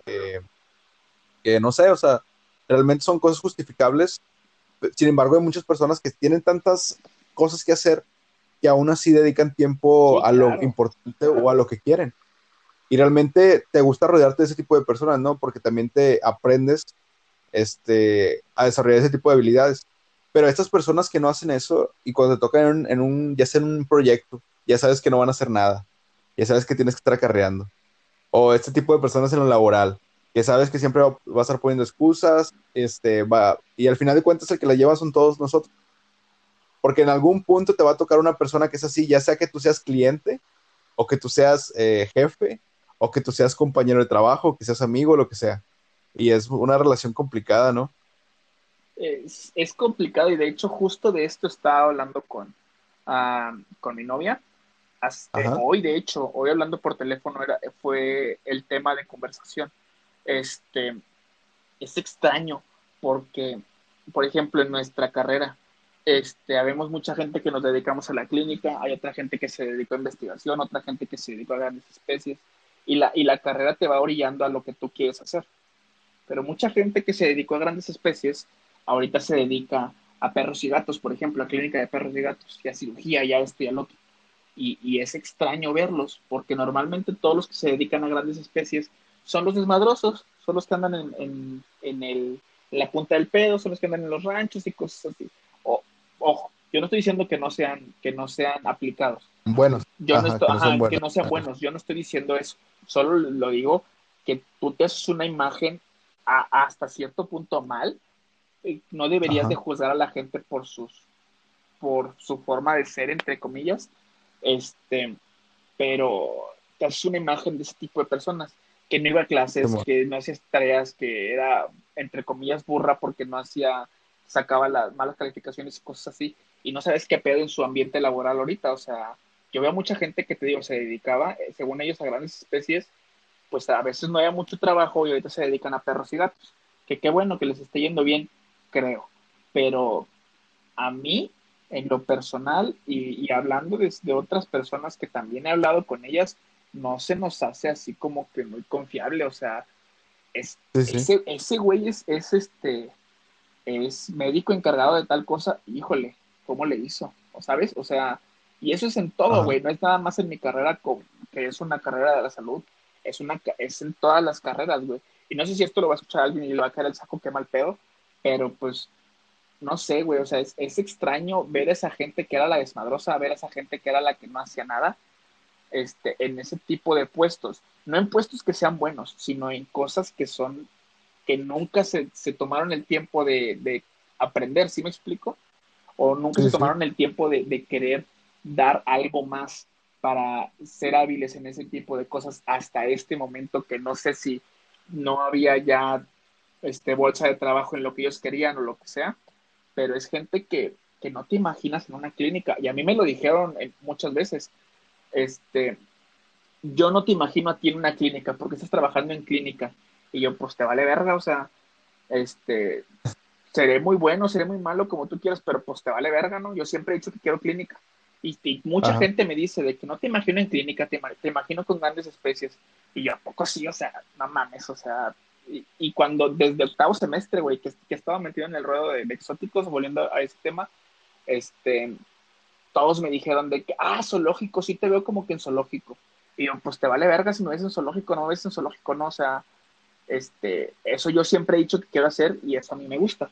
Speaker 2: que no sé, o sea, realmente son cosas justificables. Sin embargo, hay muchas personas que tienen tantas cosas que hacer que aún así dedican tiempo
Speaker 1: Sí,
Speaker 2: a lo
Speaker 1: claro.
Speaker 2: importante o a lo que quieren. Y realmente te gusta rodearte de ese tipo de personas, ¿no? Porque también te aprendes a desarrollar ese tipo de habilidades. Pero estas personas que no hacen eso y cuando te tocan ya sea en un proyecto, ya sabes que no van a hacer nada, ya sabes que tienes que estar acarreando. O este tipo de personas en lo laboral, que sabes que siempre va a estar poniendo excusas, y al final de cuentas el que la lleva son todos nosotros. Porque en algún punto te va a tocar una persona que es así, ya sea que tú seas cliente, o que tú seas jefe, o que tú seas compañero de trabajo, o que seas amigo, lo que sea. Y es una relación complicada, ¿no?
Speaker 1: Es complicado, y de hecho justo de esto estaba hablando con mi novia.
Speaker 2: Ajá.
Speaker 1: Hoy hablando por teléfono fue el tema de conversación. Este, es extraño porque, por ejemplo, en nuestra carrera, habemos mucha gente que nos dedicamos a la clínica, hay otra gente que se dedicó a investigación, otra gente que se dedicó a grandes especies, y la carrera te va orillando a lo que tú quieres hacer. Pero mucha gente que se dedicó a grandes especies, ahorita se dedica a perros y gatos, por ejemplo, a clínica de perros y gatos, y a cirugía, y a esto y al otro. y es extraño verlos, porque normalmente todos los que se dedican a grandes especies son los desmadrosos, son los que andan en la punta del pedo, son los que andan en los ranchos y cosas así. Ojo, yo no estoy diciendo que no sean aplicados.
Speaker 2: Buenos.
Speaker 1: Yo no
Speaker 2: Ajá,
Speaker 1: estoy,
Speaker 2: que no sean
Speaker 1: ajá, que
Speaker 2: buenos.
Speaker 1: no sean buenos, yo no estoy diciendo eso. Solo lo digo que tú te haces una imagen hasta cierto punto mal. No deberías de
Speaker 2: Ajá.
Speaker 1: juzgar a la gente por su forma de ser, entre comillas, este, pero te haces una imagen de ese tipo de personas que no iba a clases,
Speaker 2: Simón.
Speaker 1: que no hacía tareas, que era, entre comillas, burra porque no hacía, sacaba las malas calificaciones y cosas así, y no sabes qué pedo en su ambiente laboral ahorita, o sea, yo veo mucha gente que te digo, se dedicaba, según ellos, a grandes especies, pues a veces no había mucho trabajo y ahorita se dedican a perros y gatos, que qué bueno que les esté yendo bien, creo, pero a mí, en lo personal, y hablando de otras personas que también he hablado con ellas, no se nos hace así como que muy confiable, o sea,
Speaker 2: Sí, sí.
Speaker 1: ese güey es médico encargado de tal cosa, híjole, ¿cómo le hizo? ¿O sabes? O sea, y eso es en todo,
Speaker 2: Ajá.
Speaker 1: güey, no es nada más en mi carrera, que es una carrera de la salud, es en todas las carreras, güey. Y no sé si esto lo va a escuchar alguien y le va a caer el saco, qué mal pedo, pero pues no sé, güey, o sea, es extraño ver a esa gente que era la desmadrosa, ver a esa gente que era la que no hacía nada, en ese tipo de puestos. No en puestos que sean buenos, sino en cosas que nunca se tomaron el tiempo de aprender, ¿sí me explico? O nunca se
Speaker 2: Sí, sí.
Speaker 1: tomaron el tiempo de querer dar algo más para ser hábiles en ese tipo de cosas hasta este momento que no sé si no había ya bolsa de trabajo en lo que ellos querían o lo que sea, pero es gente que no te imaginas en una clínica. Y a mí me lo dijeron muchas veces, este, yo no te imagino a ti en una clínica porque estás trabajando en clínica. Y yo, pues te vale verga, o sea, este, seré muy bueno, seré muy malo, como tú quieras, pero pues te vale verga, ¿no? Yo siempre he dicho que quiero clínica. Y mucha
Speaker 2: Ajá.
Speaker 1: gente me dice de que no te imagino en clínica, te imagino con grandes especies. Y yo, ¿a poco sí? O sea, no mames, o sea. Y cuando desde octavo semestre, güey, que estaba metido en el ruedo de exóticos, volviendo a ese tema, este, todos me dijeron de que, zoológico, sí te veo como que en zoológico. Y yo, pues te vale verga si no ves en zoológico, no ves en zoológico, no, o sea, eso yo siempre he dicho que quiero hacer y eso a mí me gusta.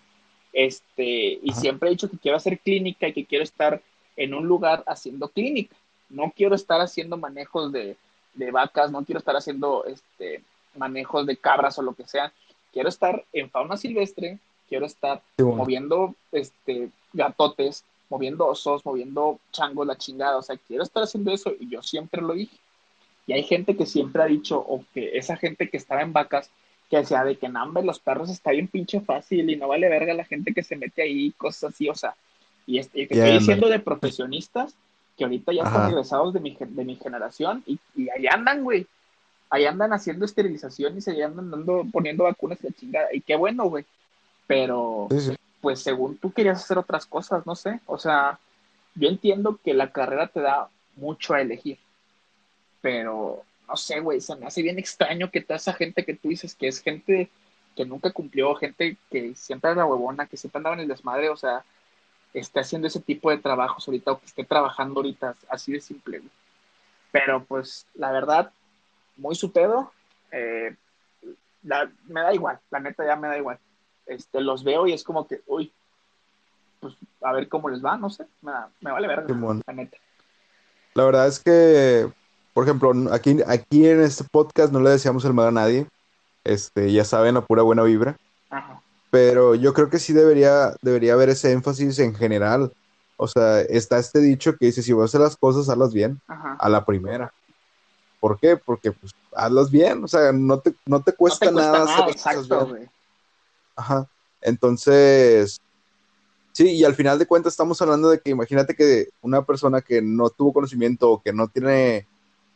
Speaker 1: Y
Speaker 2: Ajá.
Speaker 1: siempre he dicho que quiero hacer clínica y que quiero estar en un lugar haciendo clínica. No quiero estar haciendo manejos de vacas, no quiero estar haciendo manejos de cabras o lo que sea. Quiero estar en fauna silvestre, quiero estar
Speaker 2: Simón.
Speaker 1: moviendo gatotes, moviendo osos, moviendo changos, la chingada. O sea, quiero estar haciendo eso y yo siempre lo dije. Y hay gente que siempre ha dicho, o que esa gente que estaba en vacas, que decía de que no, los perros está bien pinche fácil y no vale verga la gente que se mete ahí, cosas así, o sea, y te
Speaker 2: Y
Speaker 1: estoy
Speaker 2: ándale.
Speaker 1: diciendo de profesionistas que ahorita ya están
Speaker 2: Ajá.
Speaker 1: egresados de mi generación y ahí andan, güey, ahí andan haciendo esterilización y se andan poniendo vacunas y la chingada, y qué bueno, güey, pero
Speaker 2: Sí, sí.
Speaker 1: pues según tú querías hacer otras cosas, no sé, o sea, yo entiendo que la carrera te da mucho a elegir, pero no sé, güey, se me hace bien extraño que toda esa gente que tú dices que es gente que nunca cumplió, gente que siempre era la huevona, que siempre andaba en el desmadre, o sea, esté haciendo ese tipo de trabajos ahorita o que esté trabajando ahorita, así de simple, güey. Pero pues, la verdad, muy su pedo, eh, me da igual, la neta ya me da igual. Los veo y es como que, uy, pues a ver cómo les va, no sé, me vale verga,
Speaker 2: Simón.
Speaker 1: la neta.
Speaker 2: La verdad es que, por ejemplo, aquí en este podcast no le deseamos el mal a nadie. Ya saben, la pura buena vibra.
Speaker 1: Ajá,
Speaker 2: Pero yo creo que sí debería haber ese énfasis en general. O sea, está este dicho que dice, si vas a hacer las cosas, hazlas bien,
Speaker 1: ajá.
Speaker 2: a la primera. ¿Por qué? Porque pues hazlas bien, o sea, no te
Speaker 1: No te
Speaker 2: cuesta
Speaker 1: cuesta
Speaker 2: nada hacer
Speaker 1: nada,
Speaker 2: las cosas
Speaker 1: exacto,
Speaker 2: bien.
Speaker 1: güey.
Speaker 2: Ajá. Entonces, sí, y al final de cuentas estamos hablando de que imagínate que una persona que no tuvo conocimiento o que no tiene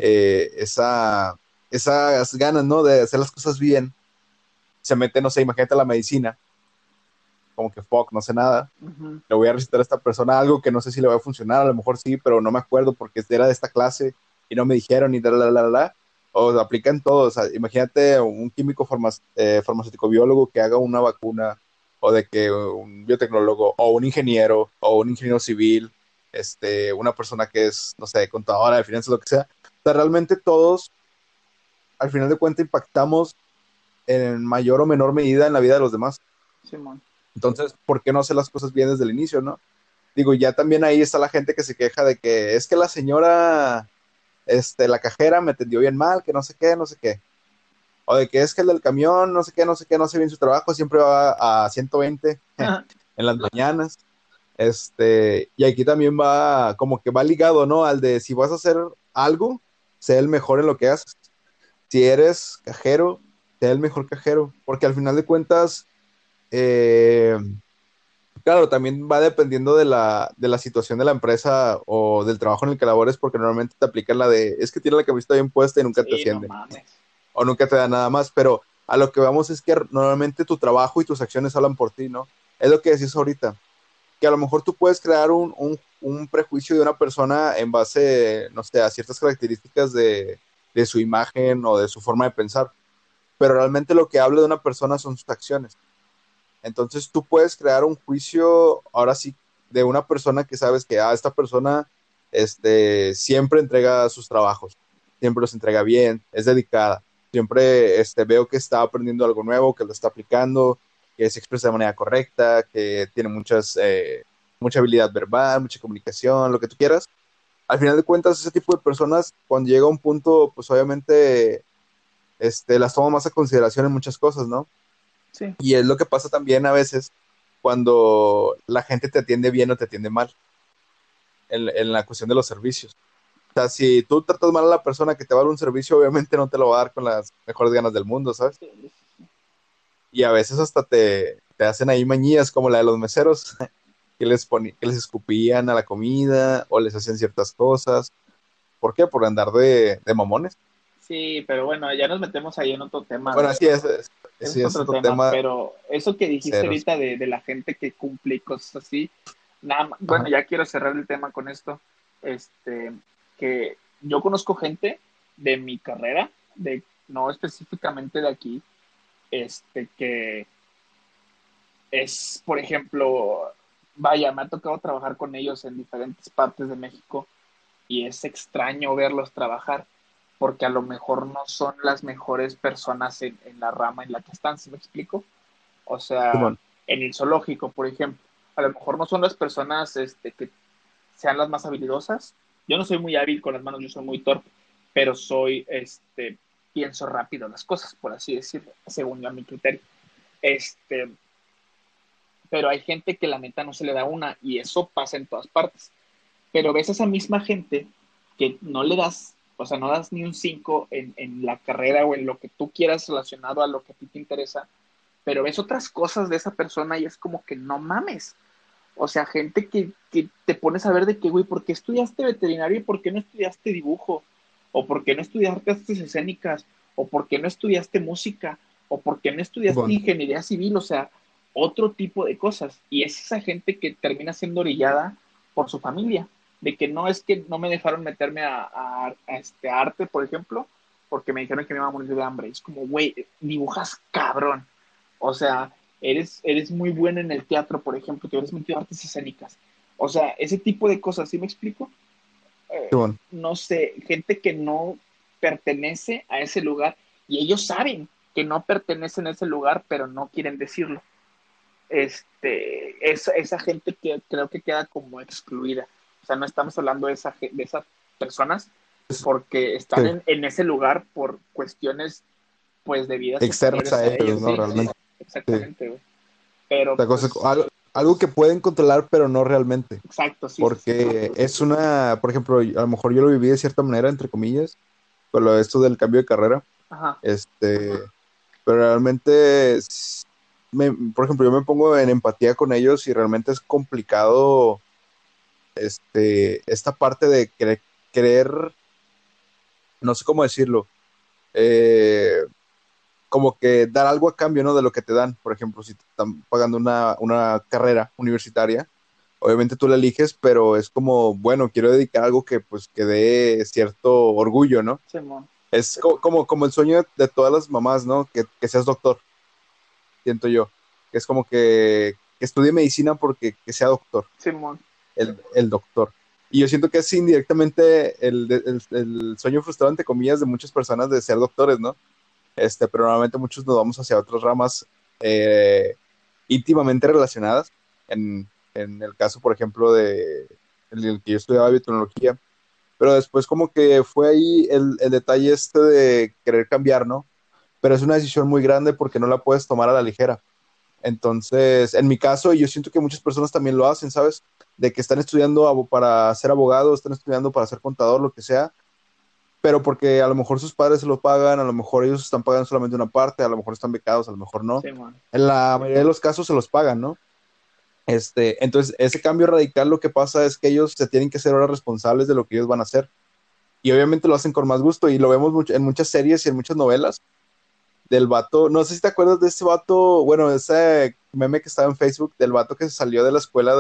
Speaker 2: esas ganas, ¿no? De hacer las cosas bien, se mete, no sé, imagínate la medicina, como que fuck, no sé nada,
Speaker 1: Uh-huh.
Speaker 2: le voy a recitar a esta persona algo que no sé si le va a funcionar, a lo mejor sí, pero no me acuerdo porque era de esta clase y no me dijeron y la. O sea, aplican todo, o sea, imagínate un químico farmacéutico biólogo que haga una vacuna, o de que un biotecnólogo, o un ingeniero civil. una persona que es, no sé, contadora de finanzas, lo que sea. O sea, realmente todos, al final de cuentas, impactamos en mayor o menor medida en la vida de los demás.
Speaker 1: Simón.
Speaker 2: Entonces, ¿por qué no hacer las cosas bien desde el inicio, no? Digo, ya también ahí está la gente que se queja de que es que la señora, la cajera me atendió bien mal, que no sé qué, no sé qué. O de que es que el del camión, no sé qué, no sé qué, no hace bien su trabajo, siempre va a 120 en las mañanas. Y aquí también va, como que va ligado, ¿no? Al de si vas a hacer algo, sé el mejor en lo que haces. Si eres cajero, sé el mejor cajero. Porque al final de cuentas, eh, claro, también va dependiendo de la situación de la empresa o del trabajo en el que labores, porque normalmente te aplican la de, es que tiene la camiseta bien puesta y nunca te
Speaker 1: Sí, no
Speaker 2: ascienden,
Speaker 1: mames.
Speaker 2: o nunca te da nada más, pero a lo que vamos es que normalmente tu trabajo y tus acciones hablan por ti, ¿no? Es lo que decís ahorita, que a lo mejor tú puedes crear un prejuicio de una persona en base, no sé, a ciertas características de su imagen o de su forma de pensar, pero realmente lo que habla de una persona son sus acciones. Entonces tú puedes crear un juicio, ahora sí, de una persona que sabes que, esta persona, siempre entrega sus trabajos, siempre los entrega bien, es dedicada, siempre, veo que está aprendiendo algo nuevo, que lo está aplicando, que se expresa de manera correcta, que tiene mucha habilidad verbal, mucha comunicación, lo que tú quieras. Al final de cuentas, ese tipo de personas, cuando llega a un punto, pues obviamente, las toma más a consideración en muchas cosas, ¿no?
Speaker 1: Sí.
Speaker 2: Y es lo que pasa también a veces cuando la gente te atiende bien o te atiende mal en la cuestión de los servicios. O sea, si tú tratas mal a la persona que te va a dar un servicio, obviamente no te lo va a dar con las mejores ganas del mundo, ¿sabes? Y a veces hasta te hacen ahí mañillas como la de los meseros, que les escupían a la comida o les hacían ciertas cosas. ¿Por qué? Por andar de mamones.
Speaker 1: Sí, pero bueno, ya nos metemos ahí en otro tema
Speaker 2: Bueno,
Speaker 1: de,
Speaker 2: así
Speaker 1: ese
Speaker 2: sí
Speaker 1: es
Speaker 2: es
Speaker 1: otro
Speaker 2: otro
Speaker 1: tema,
Speaker 2: tema,
Speaker 1: pero eso que dijiste
Speaker 2: ceros.
Speaker 1: ahorita de la gente que cumple y cosas así, nada más, bueno,
Speaker 2: Ajá.
Speaker 1: ya quiero cerrar el tema con esto, que yo conozco gente de mi carrera, no específicamente de aquí, que es, por ejemplo, vaya, me ha tocado trabajar con ellos en diferentes partes de México y es extraño verlos trabajar porque a lo mejor no son las mejores personas en la rama en la que están, ¿sí me explico? O sea,
Speaker 2: Simón,
Speaker 1: en el zoológico, por ejemplo, a lo mejor no son las personas que sean las más habilidosas. Yo no soy muy hábil con las manos, yo soy muy torpe, pero pienso rápido las cosas, por así decirlo, según yo a mi criterio. Este, pero hay gente que la neta no se le da una y eso pasa en todas partes. Pero ves a esa misma gente que no le das, o sea, no das ni un 5 en la carrera o en lo que tú quieras relacionado a lo que a ti te interesa, pero ves otras cosas de esa persona y es como que no mames. O sea, gente que te pones a ver de que, güey, ¿por qué estudiaste veterinario y por qué no estudiaste dibujo? ¿O por qué no estudiaste artes escénicas? ¿O por qué no estudiaste música? ¿O por qué no estudiaste
Speaker 2: Simón.
Speaker 1: ingeniería civil? O sea, otro tipo de cosas. Y es esa gente que termina siendo orillada por su familia. De que no es que no me dejaron meterme a arte, por ejemplo, porque me dijeron que me iba a morir de hambre. Es como, güey, dibujas cabrón. O sea, eres muy bueno en el teatro, por ejemplo, que eres metido en artes escénicas. O sea, ese tipo de cosas, ¿sí me explico?
Speaker 2: Simón.
Speaker 1: No sé, gente que no pertenece a ese lugar y ellos saben que no pertenecen a ese lugar, pero no quieren decirlo. Esa gente que creo que queda como excluida. O sea, no estamos hablando de esas personas porque están
Speaker 2: Sí.
Speaker 1: en ese lugar por cuestiones pues de vidas
Speaker 2: Externos
Speaker 1: superiores
Speaker 2: a
Speaker 1: a
Speaker 2: ellos,
Speaker 1: ellos,
Speaker 2: ¿no?
Speaker 1: sí, sí,
Speaker 2: Realmente. Sí.
Speaker 1: exactamente, güey. Pero
Speaker 2: La cosa,
Speaker 1: pues,
Speaker 2: algo que pueden controlar, pero no realmente.
Speaker 1: exacto, sí, sí, sí.
Speaker 2: Porque es por ejemplo, a lo mejor yo lo viví de cierta manera, entre comillas, con lo de esto del cambio de carrera.
Speaker 1: Ajá,
Speaker 2: Este, pero realmente, por ejemplo, yo me pongo en empatía con ellos y realmente es complicado, esta parte de querer, no sé cómo decirlo, eh, como que dar algo a cambio, ¿no? De lo que te dan. Por ejemplo, si te están pagando una carrera universitaria, obviamente tú la eliges, pero es como, bueno, quiero dedicar algo que pues que dé cierto orgullo, ¿no?
Speaker 1: Simón,
Speaker 2: Es como el sueño de todas las mamás, ¿no? Que seas doctor, siento yo. Que es como que estudie medicina porque que sea doctor,
Speaker 1: Simón.
Speaker 2: el doctor. Y yo siento que es indirectamente el sueño frustrado, entre comillas, de muchas personas de ser doctores, ¿no? Pero normalmente muchos nos vamos hacia otras ramas eh, íntimamente relacionadas. En el caso, por ejemplo, en el que yo estudiaba biotecnología, pero después como que fue ahí el detalle de querer cambiar, ¿no? Pero es una decisión muy grande porque no la puedes tomar a la ligera. Entonces, en mi caso, y yo siento que muchas personas también lo hacen, ¿sabes? De que están estudiando para ser abogado, están estudiando para ser contador, lo que sea, pero porque a lo mejor sus padres se lo pagan, a lo mejor ellos están pagando solamente una parte, a lo mejor están becados, a lo mejor no.
Speaker 1: Sí, man.
Speaker 2: En la mayoría de los casos se los pagan, ¿no? Entonces, ese cambio radical lo que pasa es que ellos se tienen que ser ahora responsables de lo que ellos van a hacer. Y obviamente lo hacen con más gusto y lo vemos en muchas series y en muchas novelas del vato. No sé si te acuerdas de ese vato, bueno, ese meme que estaba en Facebook del vato que se salió de la escuela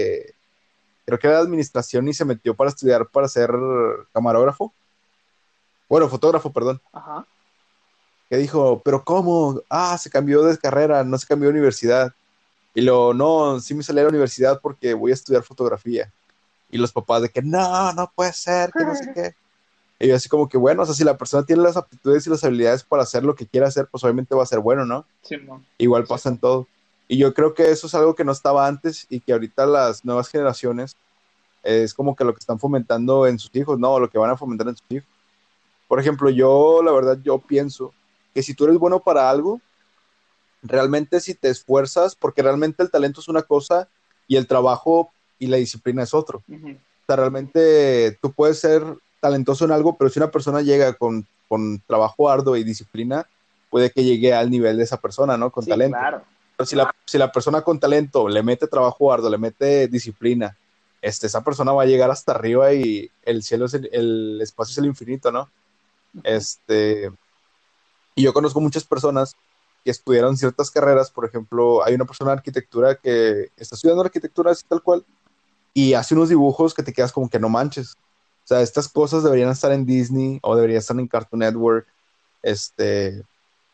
Speaker 2: creo que era de administración y se metió para estudiar para ser camarógrafo. Bueno, fotógrafo, perdón.
Speaker 1: Ajá.
Speaker 2: Que dijo, pero ¿cómo? Ah, se cambió de carrera, no se cambió de universidad. Y no, sí me salí de la universidad porque voy a estudiar fotografía. Y los papás de que, no, no puede ser, que no sé qué. Y yo así como que, bueno, o sea, si la persona tiene las aptitudes y las habilidades para hacer lo que quiera hacer, pues obviamente va a ser bueno, ¿no?
Speaker 1: Sí, man.
Speaker 2: Igual pasa en todo. Y yo creo que eso es algo que no estaba antes y que ahorita las nuevas generaciones es como que lo que están fomentando en sus hijos, ¿no? O lo que van a fomentar en sus hijos. Por ejemplo, yo, la verdad, yo pienso que si tú eres bueno para algo, realmente si te esfuerzas, porque realmente el talento es una cosa y el trabajo y la disciplina es otro.
Speaker 1: Ujú.
Speaker 2: O sea, realmente tú puedes ser talentoso en algo, pero si una persona llega con trabajo arduo y disciplina, puede que llegue al nivel de esa persona, ¿no? Con
Speaker 1: Sí,
Speaker 2: talento.
Speaker 1: claro.
Speaker 2: Pero si la persona con talento le mete trabajo arduo, le mete disciplina, esa persona va a llegar hasta arriba y el cielo es el espacio es el infinito, ¿no?
Speaker 1: Ujú.
Speaker 2: Este, y yo conozco muchas personas que estudiaron ciertas carreras, por ejemplo, hay una persona de arquitectura que está estudiando arquitectura así tal cual y hace unos dibujos que te quedas como que no manches. O sea, estas cosas deberían estar en Disney o deberían estar en Cartoon Network. Este,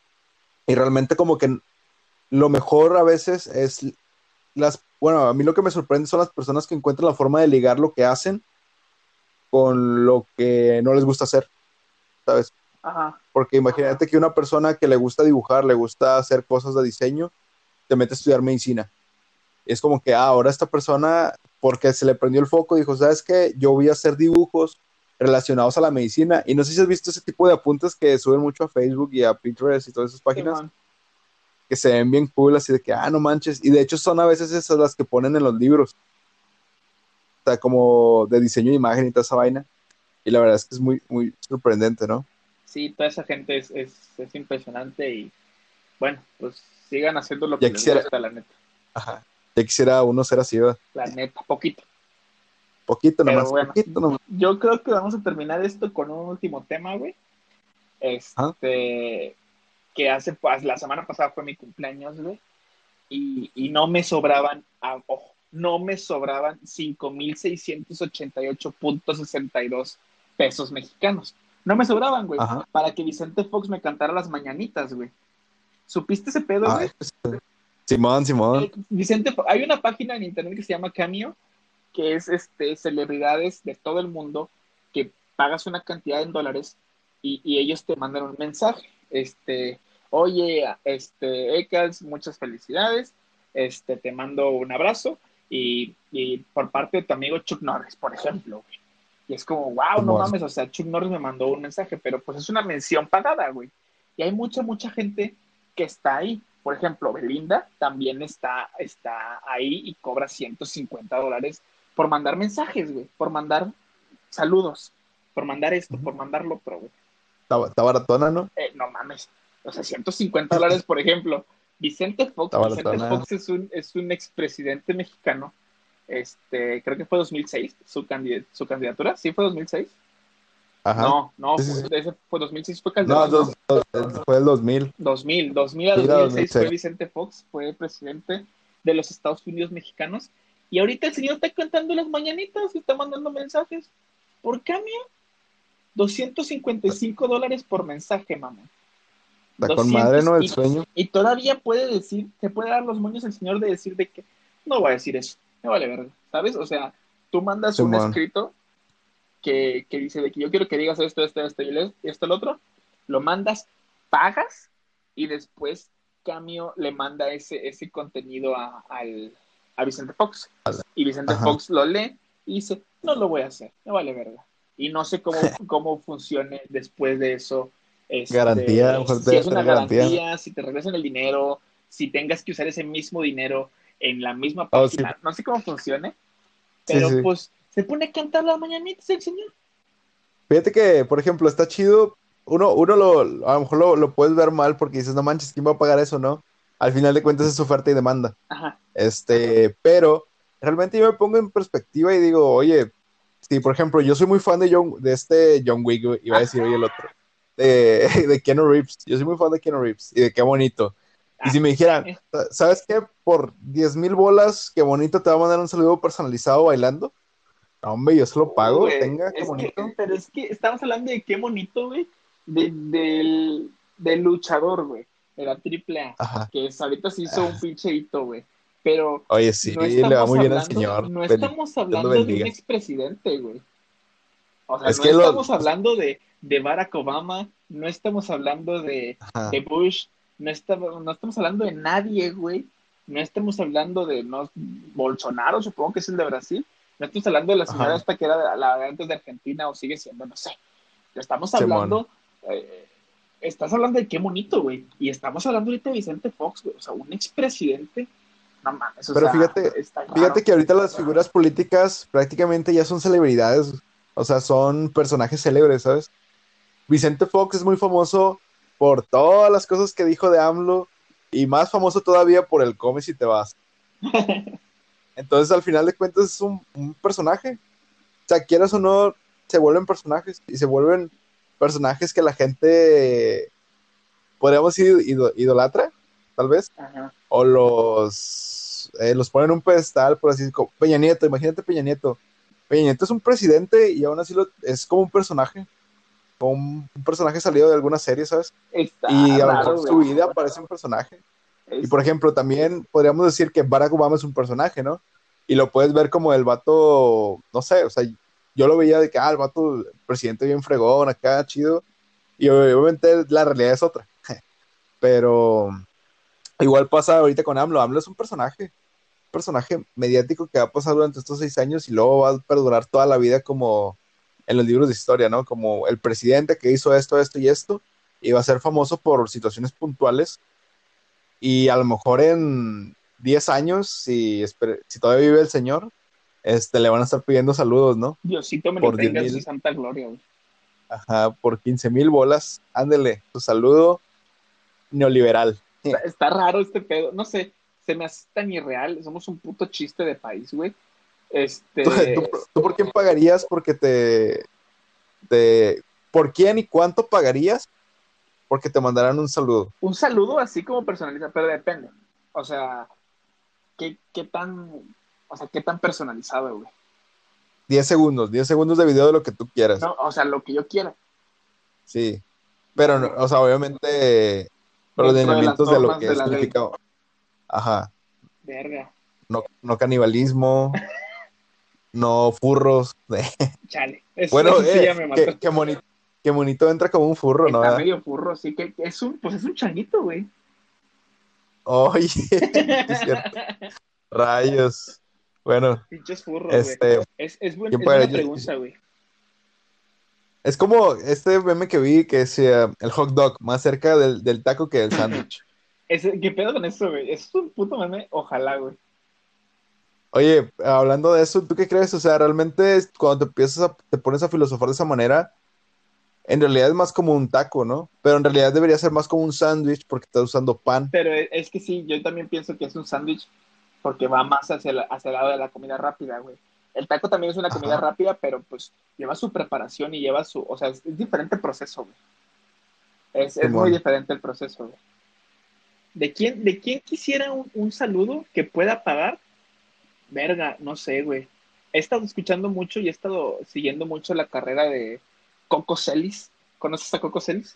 Speaker 2: y realmente como que lo mejor a veces es bueno, a mí lo que me sorprende son las personas que encuentran la forma de ligar lo que hacen con lo que no les gusta hacer, ¿sabes?
Speaker 1: Ajá.
Speaker 2: Porque imagínate que una persona que le gusta dibujar, le gusta hacer cosas de diseño, te mete a estudiar medicina. Es como que ahora esta persona, porque se le prendió el foco, dijo, ¿sabes qué? Yo voy a hacer dibujos relacionados a la medicina. Y no sé si has visto ese tipo de apuntes que suben mucho a Facebook y a Pinterest y todas esas
Speaker 1: Sí,
Speaker 2: páginas,
Speaker 1: man.
Speaker 2: que se ven bien cool, así de que, no manches. Y de hecho son a veces esas las que ponen en los libros, o sea, como de diseño de imagen y toda esa vaina. Y la verdad es que es muy, muy sorprendente, ¿no?
Speaker 1: Sí, toda esa gente es impresionante y bueno, pues sigan haciendo lo que
Speaker 2: Ya
Speaker 1: les
Speaker 2: quisiera,
Speaker 1: gusta, la neta.
Speaker 2: ajá, ya quisiera uno ser así, ¿verdad?
Speaker 1: La neta, poquito. Pero bueno,
Speaker 2: Poquito nomás.
Speaker 1: yo creo que vamos a terminar esto con un último tema, güey.
Speaker 2: Ajá,
Speaker 1: Este, que hace, pues, la semana pasada fue mi cumpleaños, güey. Y no me sobraban, ojo, no me sobraban 5,688.62 pesos mexicanos. No me sobraban, güey,
Speaker 2: ajá.
Speaker 1: para que Vicente Fox me cantara las mañanitas, güey. ¿Supiste ese pedo,
Speaker 2: Ay,
Speaker 1: güey?
Speaker 2: pues, Simón, Simón.
Speaker 1: Hay una página en internet que se llama Cameo, que es celebridades de todo el mundo que pagas una cantidad en dólares y ellos te mandan un mensaje. Oye, Ekals, muchas felicidades, te mando un abrazo y por parte de tu amigo Chuck Norris, por ejemplo, güey. Y es como, wow, no
Speaker 2: Simón.
Speaker 1: mames, o sea, Chuck Norris me mandó un mensaje, pero pues es una mención pagada, güey. Y hay mucha gente que está ahí. Por ejemplo, Belinda también está ahí y cobra $150 por mandar mensajes, güey, por mandar saludos, por mandar esto,
Speaker 2: Ujú.
Speaker 1: por mandar lo otro, güey.
Speaker 2: Está baratona, ¿no?
Speaker 1: No mames. O sea, $150, por ejemplo.
Speaker 2: Está
Speaker 1: Vicente
Speaker 2: baratona.
Speaker 1: Fox es un expresidente mexicano. Creo que fue 2006 su candidatura. ¿Sí fue 2006?
Speaker 2: Ajá.
Speaker 1: No, no,
Speaker 2: Sí, sí, sí.
Speaker 1: ese fue 2006, fue
Speaker 2: No,
Speaker 1: Calderón, ¿no?
Speaker 2: fue el 2000.
Speaker 1: 2000 a
Speaker 2: Sí, era
Speaker 1: 2006 fue
Speaker 2: 2006.
Speaker 1: Vicente Fox, fue presidente de los Estados Unidos mexicanos. Y ahorita el señor está cantando las mañanitas y está mandando mensajes. Por cambio, $255 por mensaje, mamá.
Speaker 2: Está con madre,
Speaker 1: 200
Speaker 2: ¿no? El sueño.
Speaker 1: y todavía puede decir, se puede dar los moños el señor de decir de que no voy a decir eso, me vale verga, ¿sabes? O sea, Tú mandas un
Speaker 2: Simón.
Speaker 1: escrito que dice de que yo quiero que digas esto y esto, el otro, lo mandas, pagas y después Cameo le manda ese contenido a Vicente Fox. Y Vicente
Speaker 2: Ajá.
Speaker 1: Fox lo lee y dice, no lo voy a hacer, me vale verga. Y no sé cómo funcione después de eso,
Speaker 2: Garantía, a lo mejor
Speaker 1: si
Speaker 2: debe
Speaker 1: es una
Speaker 2: tener garantía.
Speaker 1: garantía, si te regresan el dinero, si tengas que usar ese mismo dinero en la misma
Speaker 2: Oh, sí,
Speaker 1: página, no sé cómo funcione,
Speaker 2: sí,
Speaker 1: pero
Speaker 2: sí.
Speaker 1: pues se pone a cantar las mañanitas el señor.
Speaker 2: Fíjate que, por ejemplo, está chido. A lo mejor lo puedes ver mal porque dices, no manches, ¿quién va a pagar eso, no? Al final de cuentas es oferta y demanda.
Speaker 1: Ajá.
Speaker 2: Pero realmente yo me pongo en perspectiva y digo, oye, si por ejemplo, yo soy muy fan de John Wick, güey, iba a decir, oye, el otro, de Keanu Reeves. Yo soy muy fan de Keanu Reeves y de qué bonito. Y si me dijeran, ¿sabes qué? Por 10,000 bolas, qué bonito te va a mandar un saludo personalizado bailando. No, hombre, yo se lo
Speaker 1: Uy,
Speaker 2: pago,
Speaker 1: güey,
Speaker 2: tenga, qué bonito.
Speaker 1: pero es que estamos hablando de qué bonito, güey, del luchador, güey, de la triple A,
Speaker 2: Ajá.
Speaker 1: que ahorita se hizo un
Speaker 2: Ah,
Speaker 1: pinche hito, güey, pero
Speaker 2: oye, sí, le va muy bien al señor.
Speaker 1: no
Speaker 2: Dios
Speaker 1: estamos
Speaker 2: lo
Speaker 1: hablando de un
Speaker 2: bendiga.
Speaker 1: expresidente, güey, o sea,
Speaker 2: Es
Speaker 1: no
Speaker 2: que
Speaker 1: estamos hablando de Barack Obama, no estamos hablando de
Speaker 2: ajá,
Speaker 1: Bush, no estamos hablando de nadie, güey, no estamos hablando de Bolsonaro, supongo que es el de Brasil, no estamos hablando de la señora
Speaker 2: ajá,
Speaker 1: esta que era la antes de Argentina o sigue siendo, no sé, estamos
Speaker 2: Simón.
Speaker 1: hablando, estás hablando de qué bonito, güey, y estamos hablando ahorita de Vicente Fox, güey, o sea, un expresidente, no mames, o
Speaker 2: Pero
Speaker 1: sea,
Speaker 2: fíjate,
Speaker 1: está raro.
Speaker 2: fíjate que ahorita las figuras políticas prácticamente ya son celebridades, o sea, son personajes célebres, ¿sabes? Vicente Fox es muy famoso por todas las cosas que dijo de AMLO y más famoso todavía por el come si te vas. Entonces, al final de cuentas, es un personaje. O sea, quieras o no, se vuelven personajes y se vuelven personajes que la gente, podríamos decir, idolatra, tal vez,
Speaker 1: Ajá.
Speaker 2: o los ponen en un pedestal, por así decirlo. Peña Nieto, imagínate Peña Nieto. Peña Nieto es un presidente y aún así es como un personaje, como un personaje salido de alguna serie, ¿sabes?
Speaker 1: Está
Speaker 2: Y a lo mejor
Speaker 1: raro,
Speaker 2: su
Speaker 1: güey.
Speaker 2: vida parece un personaje. Y
Speaker 1: Es,
Speaker 2: por ejemplo, también podríamos decir que Barack Obama es un personaje, ¿no? Y lo puedes ver como el vato, no sé, o sea, yo lo veía de que, el vato, presidente bien fregón, acá, chido. Y obviamente la realidad es otra. Pero igual pasa ahorita con AMLO. AMLO es un personaje mediático que va a pasar durante estos 6 años y luego va a perdurar toda la vida como en los libros de historia, ¿no? Como el presidente que hizo esto, esto y esto, y va a ser famoso por situaciones puntuales y a lo mejor en 10 años, si todavía vive el señor, le van a estar pidiendo saludos, ¿no?
Speaker 1: Diosito me lo
Speaker 2: Por diez
Speaker 1: tenga en su
Speaker 2: mil,
Speaker 1: santa gloria, güey.
Speaker 2: ajá, por 15,000 bolas, ándele, tu saludo neoliberal.
Speaker 1: Está raro este pedo. No sé, se me hace tan irreal. Somos un puto chiste de país, güey.
Speaker 2: ¿Tú,
Speaker 1: Este,
Speaker 2: tú por quién pagarías porque por quién y cuánto pagarías porque te mandaran un saludo?
Speaker 1: un saludo así como personalizado, pero depende. O sea, qué tan, o sea, qué tan personalizado, güey.
Speaker 2: 10 segundos de video de lo que tú quieras,
Speaker 1: No, o sea, lo que yo quiera.
Speaker 2: sí. Pero,
Speaker 1: Verga.
Speaker 2: o sea, obviamente, los
Speaker 1: Dentro de las
Speaker 2: lineamientos de lo
Speaker 1: normas de
Speaker 2: que
Speaker 1: la ley.
Speaker 2: significa, ajá,
Speaker 1: Verga.
Speaker 2: no, no canibalismo, no furros.
Speaker 1: Chale.
Speaker 2: Bueno,
Speaker 1: Eso sí ya me mató.
Speaker 2: qué bonito entra como un furro, ¿no?
Speaker 1: Está medio furro, sí que pues es un changuito, güey.
Speaker 2: Oye, sí es cierto. Rayos. Bueno,
Speaker 1: Pinches furros, güey.
Speaker 2: este, ¿quién
Speaker 1: Es
Speaker 2: pagaría?
Speaker 1: buena pregunta, güey.
Speaker 2: Es como este meme que vi que decía el hot dog más cerca del taco que del sándwich.
Speaker 1: ¿Qué pedo con eso, güey? Es un puto meme, ojalá, güey.
Speaker 2: Oye, hablando de eso, ¿tú qué crees? O sea, realmente cuando te pones a filosofar de esa manera, en realidad es más como un taco, ¿no? Pero en realidad debería ser más como un sándwich porque estás usando pan.
Speaker 1: Pero es que sí, yo también pienso que es un sándwich porque va más hacia el lado de la comida rápida, güey. El taco también es una comida
Speaker 2: Ajá.
Speaker 1: rápida, pero pues lleva su preparación y lleva o sea, es diferente el proceso, güey. Es muy
Speaker 2: Simón.
Speaker 1: diferente el proceso, güey. ¿De quién quisiera un saludo que pueda pagar? Verga, no sé, güey. He estado escuchando mucho y he estado siguiendo mucho la carrera de Coco Celis. ¿Conoces a Coco Celis?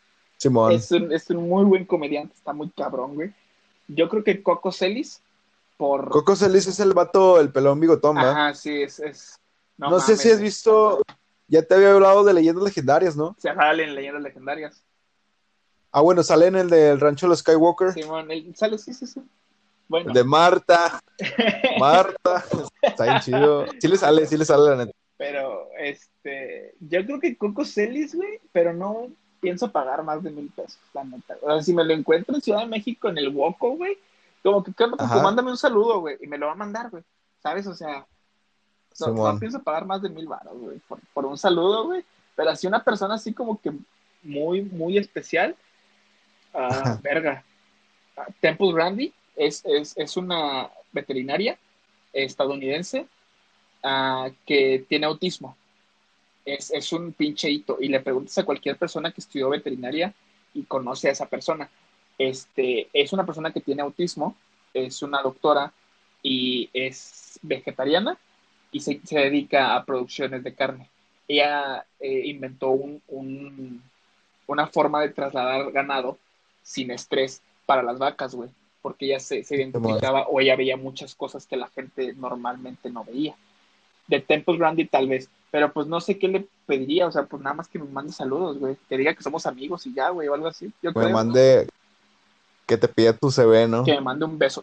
Speaker 2: Simón.
Speaker 1: Es un muy buen comediante, está muy cabrón, güey. Yo creo que Coco Celis por...
Speaker 2: Coco Celis es el vato, el pelón bigotón, ¿va?
Speaker 1: Ajá, sí, no
Speaker 2: No sé si
Speaker 1: mames,
Speaker 2: has visto, ya te había hablado de leyendas legendarias, ¿no?
Speaker 1: se sale en Leyendas Legendarias.
Speaker 2: Ah, bueno, sale en el del rancho de los Skywalker,
Speaker 1: Simón, él sale, sí, sí, sí.
Speaker 2: el
Speaker 1: Bueno.
Speaker 2: de Marta, Marta, está bien chido. Sí le sale la neta.
Speaker 1: Pero, yo creo que Coco Celis, güey, pero no pienso pagar más de 1,000 pesos, la neta. O sea, si me lo encuentro en Ciudad de México, en el Woco, güey, como que, ¿qué onda, Coco?
Speaker 2: Ajá,
Speaker 1: Mándame un saludo, güey, y me lo va a mandar, güey, ¿sabes? O sea, no
Speaker 2: Simón.
Speaker 1: pienso pagar más de 1,000 baros, güey, por un saludo, güey, pero así una persona así como que muy, muy especial, verga. Temple Grandi es una veterinaria estadounidense que tiene autismo. Es un pinche hito. Y le preguntas a cualquier persona que estudió veterinaria y conoce a esa persona. Es una persona que tiene autismo, es una doctora y es vegetariana y se dedica a producciones de carne. Ella inventó una forma de trasladar ganado sin estrés para las vacas, güey, porque ella se
Speaker 2: Simón.
Speaker 1: identificaba o ella veía muchas cosas que la gente normalmente no veía. De Temple Grandi tal vez, pero pues no sé qué le pediría, o sea, pues nada más que me mande saludos, güey, que diga que somos amigos y ya, güey, o algo así, yo
Speaker 2: Me
Speaker 1: creo,
Speaker 2: mande que te pida tu CV,
Speaker 1: que
Speaker 2: ¿no?
Speaker 1: me mande un beso.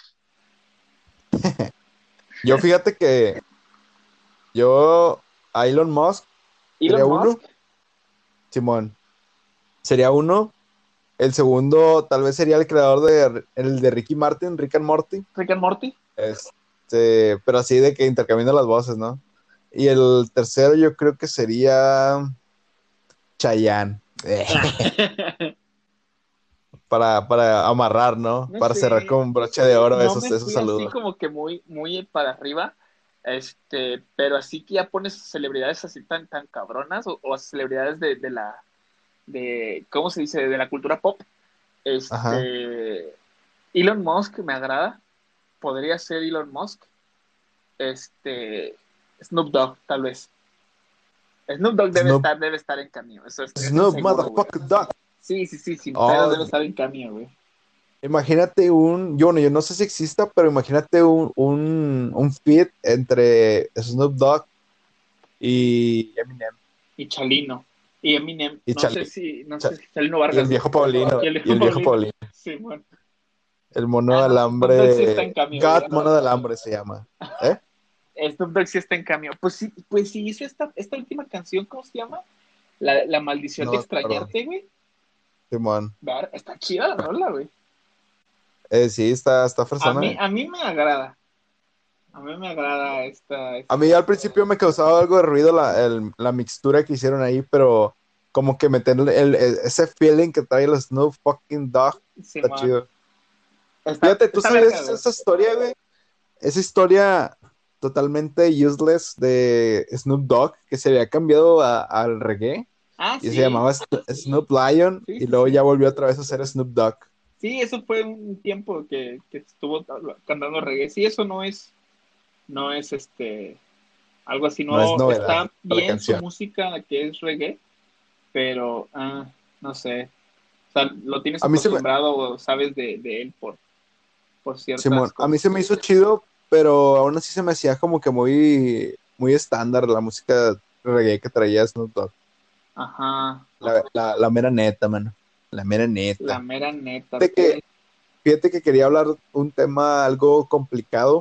Speaker 2: Yo fíjate que yo, a Elon Musk sería
Speaker 1: Elon
Speaker 2: uno,
Speaker 1: Musk,
Speaker 2: Simón, sería uno. El segundo tal vez sería el creador el de Ricky Martin, Rick and Morty.
Speaker 1: Rick and Morty.
Speaker 2: Pero así de que intercambiando las voces, ¿no? Y el tercero yo creo que sería Chayanne. Para amarrar, ¿no?
Speaker 1: No
Speaker 2: Para cerrar
Speaker 1: sé,
Speaker 2: con broche de oro
Speaker 1: no
Speaker 2: esos,
Speaker 1: me
Speaker 2: esos
Speaker 1: fui así
Speaker 2: saludos.
Speaker 1: como que muy, muy para arriba, pero así que ya pones celebridades así tan cabronas o celebridades ¿cómo se dice? De la cultura pop.
Speaker 2: Ajá.
Speaker 1: Este, Elon Musk me agrada, podría ser Elon Musk, este, Snoop Dogg, tal vez. Snoop Dogg
Speaker 2: Snoop,
Speaker 1: debe estar en camino, eso es
Speaker 2: Snoop,
Speaker 1: seguro, güey.
Speaker 2: motherfucker duck.
Speaker 1: Sí, sí, sí, sin pedos
Speaker 2: Oh,
Speaker 1: debe estar en camino, güey.
Speaker 2: imagínate yo no sé si exista, pero imagínate un feat entre Snoop Dogg y Eminem
Speaker 1: Y Chalino. Y Eminem,
Speaker 2: y Charlie,
Speaker 1: no sé si Chalino
Speaker 2: y el
Speaker 1: Vargas, güey.
Speaker 2: viejo Paulino,
Speaker 1: Y el
Speaker 2: y
Speaker 1: viejo
Speaker 2: el viejo
Speaker 1: Paulino.
Speaker 2: Paulino.
Speaker 1: Sí, bueno.
Speaker 2: El mono
Speaker 1: Ah,
Speaker 2: de
Speaker 1: no, Snoop Dogg sí está en
Speaker 2: alambre,
Speaker 1: camino, güey.
Speaker 2: God, mono de alambre se llama. ¿Eh?
Speaker 1: Snoop Dogg sí está en camino. Pues sí hizo esta última canción, ¿cómo se llama? La maldición
Speaker 2: No
Speaker 1: de
Speaker 2: me acuerdo.
Speaker 1: extrañarte, güey.
Speaker 2: Simón.
Speaker 1: Está chida la rola, güey.
Speaker 2: Sí, está fresona.
Speaker 1: A mí me agrada. A mí me agrada
Speaker 2: A mí al principio me causaba algo de ruido la mixtura que hicieron ahí, pero como que meter ese feeling que trae el Snoop fucking Dogg está
Speaker 1: Simón.
Speaker 2: chido. Fíjate, ¿tú
Speaker 1: Está verga,
Speaker 2: sabías
Speaker 1: güey.
Speaker 2: esa historia, güey? Esa historia totalmente useless de Snoop Dogg que se había cambiado al reggae
Speaker 1: Ah,
Speaker 2: y se
Speaker 1: sí.
Speaker 2: llamaba Snoop Lion
Speaker 1: Sí,
Speaker 2: y
Speaker 1: sí,
Speaker 2: luego ya
Speaker 1: sí.
Speaker 2: volvió otra vez a ser Snoop Dogg.
Speaker 1: Sí, eso fue un tiempo que estuvo cantando reggae. Sí, eso no es algo así
Speaker 2: No es
Speaker 1: nuevo.
Speaker 2: novedad
Speaker 1: Está
Speaker 2: la
Speaker 1: bien su
Speaker 2: canción.
Speaker 1: música que es reggae, pero no sé. O sea, lo tienes
Speaker 2: A mí se me,
Speaker 1: acostumbrado o sabes de él por ciertas
Speaker 2: Simón, a mí
Speaker 1: cosas.
Speaker 2: se me hizo chido, pero aún así se me hacía como que muy estándar la música reggae que traía Snoop Dogg.
Speaker 1: Ajá,
Speaker 2: La mera neta, mano. La mera
Speaker 1: la
Speaker 2: neta.
Speaker 1: mera neta.
Speaker 2: Fíjate que, fíjate que quería hablar un tema algo complicado,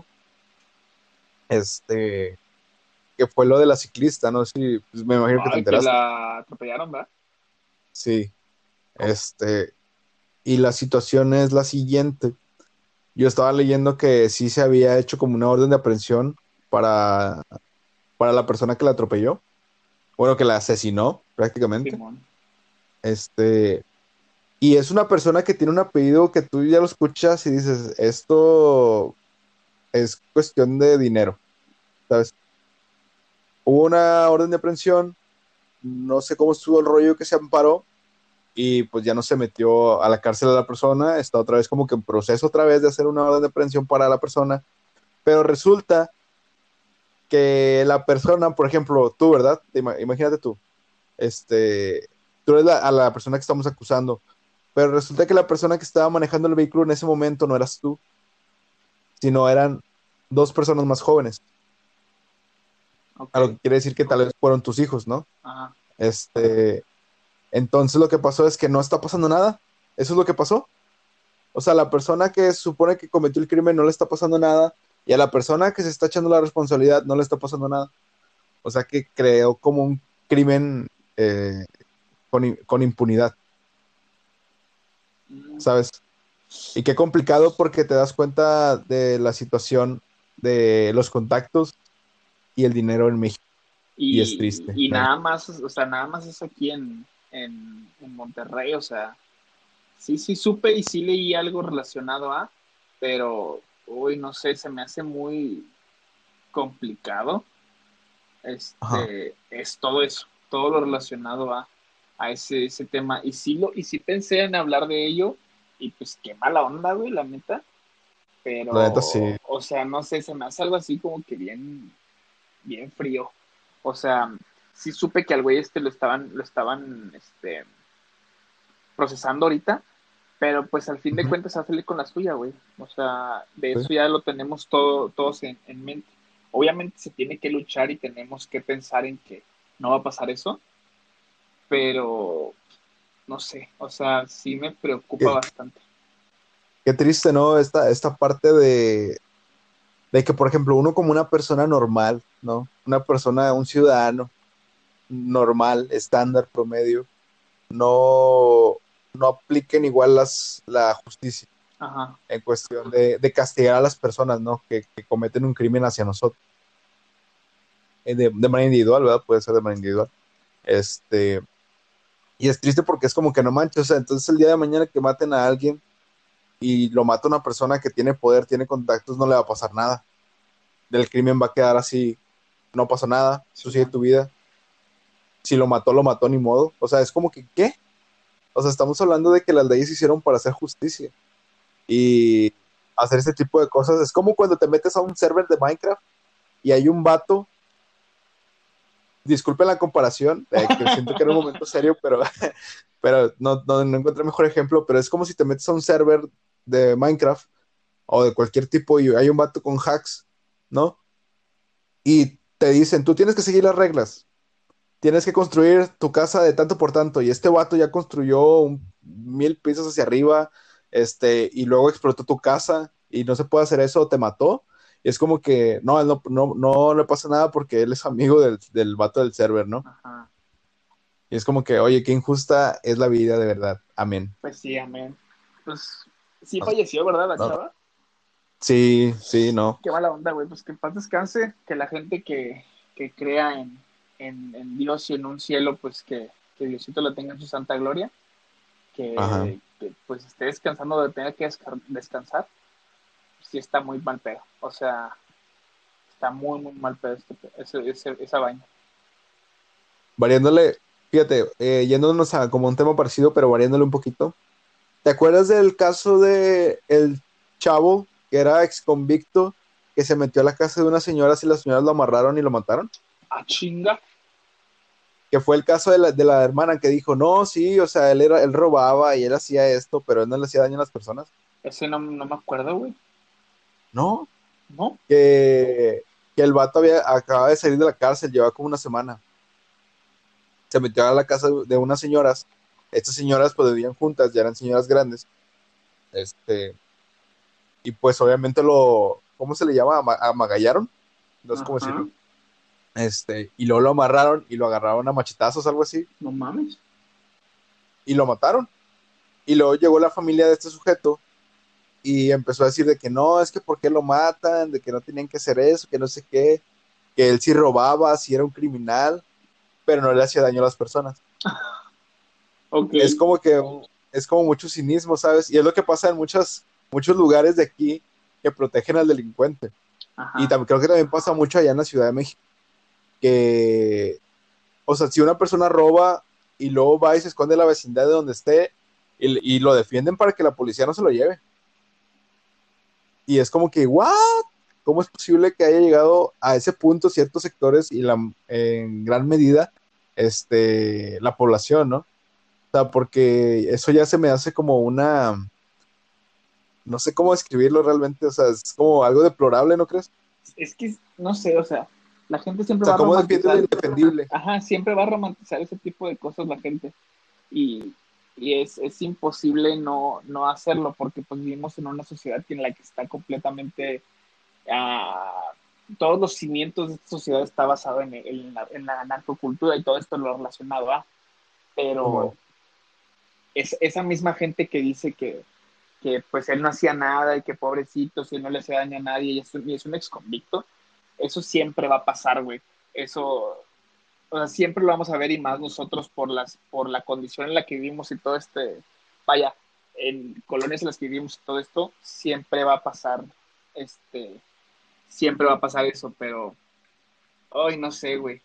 Speaker 2: este, que fue lo de la ciclista, ¿no? Sí, pues me imagino que te
Speaker 1: Ay, que
Speaker 2: enteraste.
Speaker 1: la atropellaron, ¿verdad?
Speaker 2: Sí, y la situación es la siguiente. Yo estaba leyendo que sí se había hecho como una orden de aprehensión para, para la persona que la atropelló, bueno, que la asesinó prácticamente.
Speaker 1: Simón.
Speaker 2: Este, y es una persona que tiene un apellido que tú ya lo escuchas y dices, esto es cuestión de dinero, ¿sabes? Hubo una orden de aprehensión, no sé cómo estuvo el rollo que se amparó y pues ya no se metió a la cárcel a la persona, está otra vez como que en proceso otra vez de hacer una orden de aprehensión para la persona, pero resulta que la persona, por ejemplo, tú, ¿verdad? Imagínate tú, este, tú eres a la persona que estamos acusando, pero resulta que la persona que estaba manejando el vehículo en ese momento no eras tú. sino eran dos personas más jóvenes.
Speaker 1: Ok.
Speaker 2: A lo que quiere decir que tal vez fueron tus hijos, ¿no?
Speaker 1: Ajá.
Speaker 2: Este, entonces lo que pasó es que no está pasando nada. Eso es lo que pasó. O sea, la persona que se supone que cometió el crimen no le está pasando nada y a la persona que se está echando la responsabilidad no le está pasando nada. O sea, que creó como un crimen con impunidad,
Speaker 1: Mm.
Speaker 2: ¿sabes? Y qué complicado porque te das cuenta de la situación de los contactos y el dinero en México. Y es triste.
Speaker 1: Y nada más, o sea, nada más es aquí en Monterrey, o sea, sí, sí supe y sí leí algo relacionado a, pero, uy, no sé, se me hace muy complicado.
Speaker 2: Ajá.
Speaker 1: Es todo eso, todo lo relacionado a ese tema. Y sí pensé en hablar de ello, y pues qué mala onda, güey, la neta.
Speaker 2: La neta sí.
Speaker 1: Pero, o sea, no sé, se me hace algo así como que bien frío. O sea, sí supe que al güey lo estaban procesando ahorita, pero pues al fin de
Speaker 2: Ujú.
Speaker 1: cuentas se va a salir con la suya, güey. O sea, de
Speaker 2: Sí.
Speaker 1: eso ya lo tenemos todos en mente. Obviamente se tiene que luchar y tenemos que pensar en que no va a pasar eso, pero no sé, o sea, sí me preocupa
Speaker 2: Qué,
Speaker 1: bastante.
Speaker 2: qué triste, ¿no? Esta parte de que, por ejemplo, uno como una persona normal, ¿no? Una persona, un ciudadano normal, estándar, promedio, no, no apliquen igual la justicia
Speaker 1: Ajá.
Speaker 2: en cuestión de castigar a las personas, ¿no? Que cometen un crimen hacia nosotros. De manera individual, ¿verdad? Puede ser de manera individual. Este, y es triste porque es como que no manches, o sea, entonces el día de mañana que maten a alguien y lo mata una persona que tiene poder, tiene contactos, no le va a pasar nada. Del crimen va a quedar así, no pasa nada, tú sigue
Speaker 1: Simón.
Speaker 2: tu vida. Si lo mató, ni modo. O sea, es como que, ¿qué? O sea, estamos hablando de que las leyes se hicieron para hacer justicia. Y hacer este tipo de cosas es como cuando te metes a un server de Minecraft y hay un vato, disculpen la comparación, que siento que era un momento serio, pero, pero no encontré mejor ejemplo, pero es como si te metes a un server de Minecraft o de cualquier tipo y hay un vato con hacks, ¿no? Y te dicen, tú tienes que seguir las reglas, tienes que construir tu casa de tanto por tanto, y este vato ya construyó 1000 pisos hacia arriba, y luego explotó tu casa, y no se puede hacer eso, te mató, y es como que, no, él no le pasa nada porque él es amigo del vato del server, ¿no?
Speaker 1: Ajá.
Speaker 2: Y es como que, oye, qué injusta es la vida de verdad, amén.
Speaker 1: Pues sí, amén. Pues sí
Speaker 2: O sea,
Speaker 1: falleció, ¿verdad, la
Speaker 2: no,
Speaker 1: chava?
Speaker 2: sí, sí, no.
Speaker 1: Qué mala onda, güey. Pues que en paz descanse, que la gente que crea en Dios y en un cielo, pues que Diosito la tenga en su santa gloria,
Speaker 2: Ajá.
Speaker 1: que pues esté descansando donde tenga que descansar, sí está muy mal pedo. O sea, está muy mal pedo esa vaina.
Speaker 2: Variándole, fíjate, yéndonos a como un tema parecido, pero variándole un poquito. ¿Te acuerdas del caso de el chavo que era ex convicto que se metió a la casa de unas señoras y las señoras lo amarraron y lo mataron?
Speaker 1: Ah, chinga.
Speaker 2: Que fue el caso de la hermana que dijo, no, sí, o sea, él robaba y él hacía esto, pero él no le hacía daño a las personas.
Speaker 1: Ese no me acuerdo, güey.
Speaker 2: No,
Speaker 1: ¿No?
Speaker 2: que, que el vato acababa de salir de la cárcel, llevaba como una semana. Se metió a la casa de unas señoras. Estas señoras pues vivían juntas, ya eran señoras grandes. Este, y pues obviamente ¿cómo se le llama? Amagallaron, no sé cómo
Speaker 1: Ajá.
Speaker 2: decirlo. Y luego lo amarraron y lo agarraron a machetazos, algo así,
Speaker 1: No mames.
Speaker 2: y lo mataron. Y luego llegó la familia de este sujeto y empezó a decir de que no, es que ¿por qué lo matan? De que no tenían que hacer eso, que no sé qué, que él sí robaba, sí era un criminal, pero no le hacía daño a las personas.
Speaker 1: Ok.
Speaker 2: Es como que, es como mucho cinismo, ¿sabes? Y es lo que pasa en muchos lugares de aquí que protegen al delincuente. Y
Speaker 1: Ajá.
Speaker 2: también creo que también pasa mucho allá en la Ciudad de México, que, o sea, si una persona roba y luego va y se esconde en la vecindad de donde esté y lo defienden para que la policía no se lo lleve. Y es como que, ¿what? ¿Cómo es posible que haya llegado a ese punto ciertos sectores y en gran medida la población, ¿no? O sea, porque eso ya se me hace como no sé cómo describirlo realmente, o sea, es como algo deplorable, ¿no crees?
Speaker 1: Es que, no sé, o sea, la gente
Speaker 2: O
Speaker 1: siempre va
Speaker 2: sea,
Speaker 1: a
Speaker 2: ¿cómo defiendes lo
Speaker 1: romantizar,
Speaker 2: indefendible?
Speaker 1: ajá, siempre va a romantizar ese tipo de cosas la gente. Y, y es imposible no hacerlo porque pues vivimos en una sociedad en la que está completamente, ah, todos los cimientos de esta sociedad está basado en la narcocultura y todo esto lo relacionado a,
Speaker 2: Simón.
Speaker 1: pero es esa misma gente que dice que pues él no hacía nada y que pobrecito, si él no le hacía daño a nadie y es un ex convicto, eso siempre va a pasar, güey. Eso, o sea, siempre lo vamos a ver y más nosotros por la condición en la que vivimos y todo vaya, en colonias en las que vivimos y todo esto, este, siempre va a pasar eso, pero, hoy no sé, güey,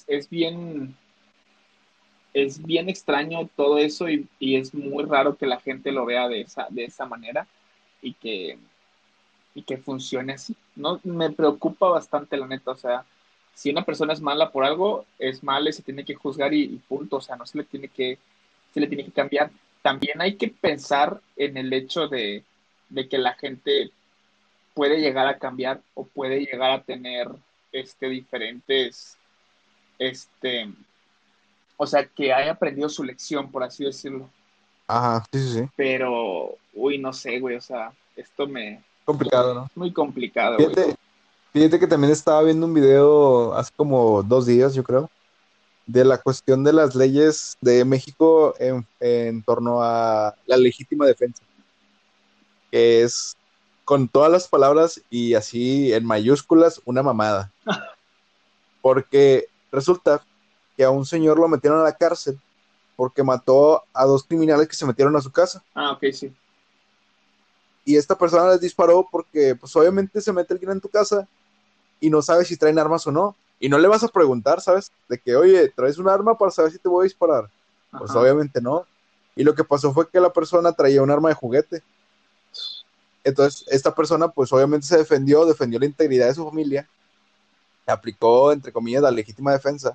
Speaker 1: es bien extraño todo eso y es muy raro que la gente lo vea de esa manera y que funcione así. No, me preocupa bastante la neta, o sea, si una persona es mala por algo, es mala y se tiene que juzgar y punto, o sea, no se le tiene que cambiar. También hay que pensar en el hecho de que la gente puede llegar a cambiar o puede llegar a tener diferentes, este, o sea, que haya aprendido su lección, por así decirlo.
Speaker 2: Ajá, sí, sí, sí.
Speaker 1: Pero, uy, no sé, güey, o sea,
Speaker 2: Complicado, ¿no?
Speaker 1: muy complicado, güey.
Speaker 2: Fíjate, fíjate que también estaba viendo un video hace como 2 días, yo creo, de la cuestión de las leyes de México en torno a la legítima defensa, que es con todas las palabras y así en mayúsculas una mamada, porque resulta que a un señor lo metieron a la cárcel porque mató a dos criminales que se metieron a su casa.
Speaker 1: Ah, ok, sí.
Speaker 2: Y esta persona les disparó porque, pues obviamente se mete alguien en tu casa y no sabes si traen armas o no. Y no le vas a preguntar, ¿sabes? De que, oye, ¿traes un arma para saber si te voy a disparar? Pues
Speaker 1: Ajá.
Speaker 2: obviamente no. Y lo que pasó fue que la persona traía un arma de juguete. Entonces, esta persona, pues obviamente se defendió la integridad de su familia, aplicó, entre comillas, la legítima defensa.